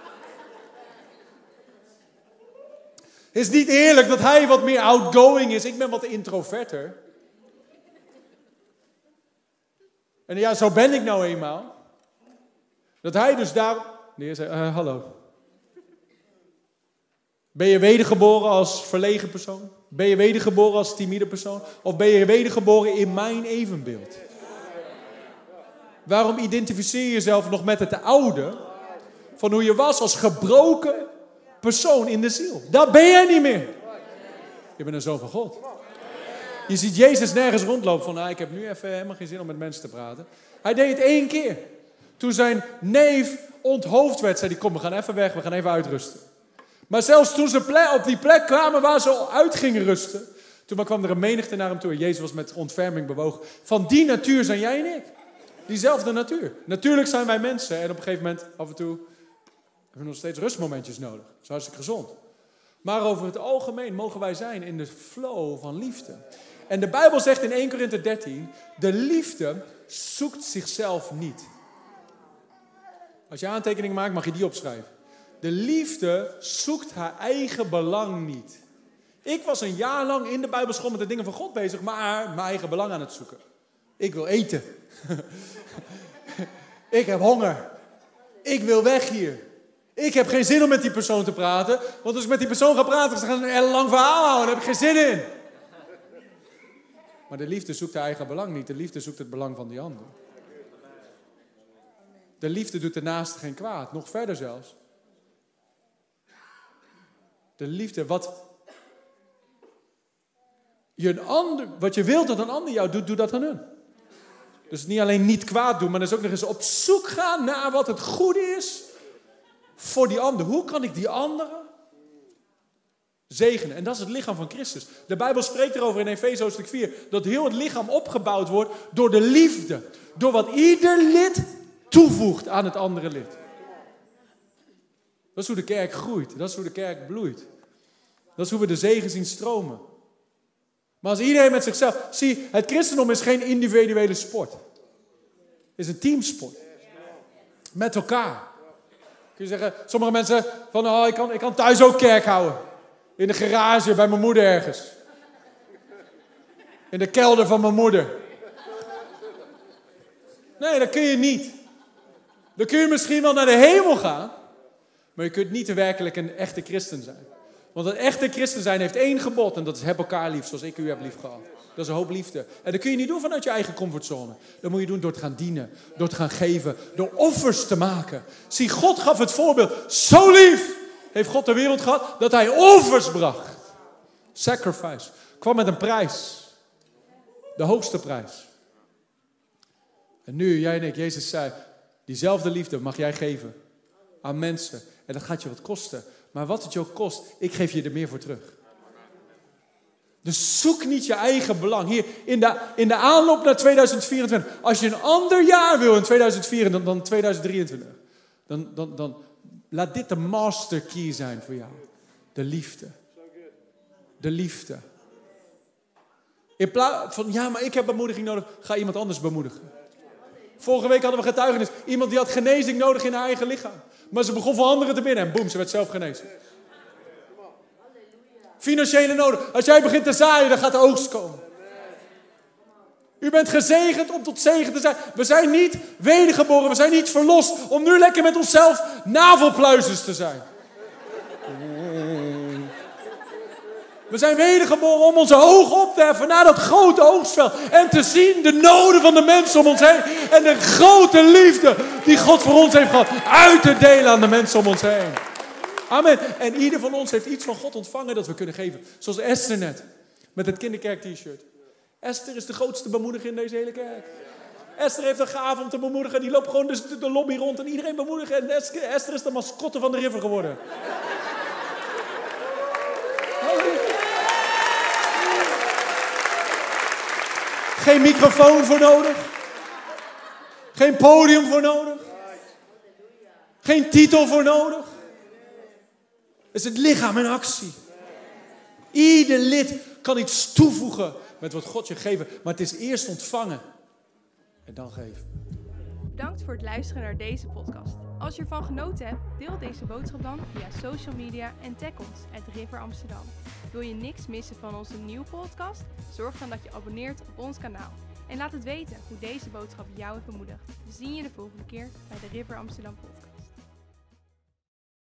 Het is niet eerlijk dat hij wat meer outgoing is. Ik ben wat introverter. En ja, zo ben ik nou eenmaal. Dat hij dus daar... De Heer zei, hallo. Ben je wedergeboren als verlegen persoon? Ben je wedergeboren als timide persoon? Of ben je wedergeboren in mijn evenbeeld? Waarom identificeer je jezelf nog met het oude? Van hoe je was als gebroken persoon in de ziel. Daar ben jij niet meer. Je bent een zoon van God. Je ziet Jezus nergens rondlopen van, ik heb nu even helemaal geen zin om met mensen te praten. Hij deed het 1 keer. Toen zijn neef onthoofd werd, zei hij, kom, we gaan even weg, we gaan even uitrusten. Maar zelfs toen ze op die plek kwamen waar ze uit gingen rusten, toen kwam er een menigte naar hem toe en Jezus was met ontferming bewogen. Van die natuur zijn jij en ik. Diezelfde natuur. Natuurlijk zijn wij mensen en op een gegeven moment, af en toe, hebben we nog steeds rustmomentjes nodig. Dat is hartstikke gezond. Maar over het algemeen mogen wij zijn in de flow van liefde. En de Bijbel zegt in 1 Korinthe 13, de liefde zoekt zichzelf niet. Als je aantekeningen maakt, mag je die opschrijven. De liefde zoekt haar eigen belang niet. Ik was een jaar lang in de Bijbelschool met de dingen van God bezig, maar mijn eigen belang aan het zoeken. Ik wil eten. Ik heb honger. Ik wil weg hier. Ik heb geen zin om met die persoon te praten, want als ik met die persoon ga praten, dan gaan ze een lang verhaal houden. Daar heb ik geen zin in. Maar de liefde zoekt haar eigen belang niet. De liefde zoekt het belang van die ander. De liefde doet de naaste geen kwaad. Nog verder zelfs. De liefde, wat je wilt dat een ander jou doet, doe dat aan hun. Dus niet alleen niet kwaad doen, maar dus ook nog eens op zoek gaan naar wat het goede is voor die ander. Hoe kan ik die anderen zegenen? En dat is het lichaam van Christus. De Bijbel spreekt erover in Efeze hoofdstuk 4, dat heel het lichaam opgebouwd wordt door de liefde. Door wat ieder lid toevoegt aan het andere lid. Dat is hoe de kerk groeit. Dat is hoe de kerk bloeit. Dat is hoe we de zegen zien stromen. Maar als iedereen met zichzelf... Zie, het christendom is geen individuele sport. Het is een teamsport. Met elkaar. Kun je zeggen, sommige mensen van... ik kan thuis ook kerk houden. In de garage bij mijn moeder ergens. In de kelder van mijn moeder. Nee, dat kun je niet. Dan kun je misschien wel naar de hemel gaan... Maar je kunt niet werkelijk een echte christen zijn. Want een echte christen zijn heeft 1 gebod. En dat is heb elkaar lief, zoals ik u heb lief gehad. Dat is een hoop liefde. En dat kun je niet doen vanuit je eigen comfortzone. Dat moet je doen door te gaan dienen. Door te gaan geven. Door offers te maken. Zie, God gaf het voorbeeld. Zo lief heeft God de wereld gehad dat hij offers bracht. Sacrifice. Kwam met een prijs. De hoogste prijs. En nu, jij en ik, Jezus zei... Diezelfde liefde mag jij geven. Aan mensen. En dat gaat je wat kosten. Maar wat het je ook kost, ik geef je er meer voor terug. Dus zoek niet je eigen belang. Hier, in de aanloop naar 2024. Als je een ander jaar wil in 2024 dan 2023. Dan laat dit de master key zijn voor jou. De liefde. De liefde. In plaats van, ja, maar ik heb bemoediging nodig. Ga iemand anders bemoedigen. Vorige week hadden we getuigenis. Iemand die had genezing nodig in haar eigen lichaam. Maar ze begon voor anderen te bidden en boem, ze werd zelf genezen. Financiële nodig. Als jij begint te zaaien, dan gaat de oogst komen. U bent gezegend om tot zegen te zijn. We zijn niet wedergeboren, we zijn niet verlost om nu lekker met onszelf navelpluizers te zijn. We zijn wedergeboren om onze ogen op te heffen naar dat grote oogstveld. En te zien de noden van de mensen om ons heen. En de grote liefde die God voor ons heeft gehad. Uit te delen aan de mensen om ons heen. Amen. En ieder van ons heeft iets van God ontvangen dat we kunnen geven. Zoals Esther net. Met het kinderkerk t-shirt. Esther is de grootste bemoediger in deze hele kerk. Esther heeft een gave om te bemoedigen. Die loopt gewoon de lobby rond en iedereen bemoedigen. En Esther is de mascotte van de River geworden. Geen microfoon voor nodig. Geen podium voor nodig. Geen titel voor nodig. Het is het lichaam in actie. Ieder lid kan iets toevoegen met wat God je geeft. Maar het is eerst ontvangen en dan geven. Bedankt voor het luisteren naar deze podcast. Als je ervan genoten hebt, deel deze boodschap dan via social media en tag ons @River Amsterdam. Wil je niks missen van onze nieuwe podcast? Zorg dan dat je abonneert op ons kanaal. En laat het weten hoe deze boodschap jou heeft bemoedigd. We zien je de volgende keer bij de River Amsterdam podcast.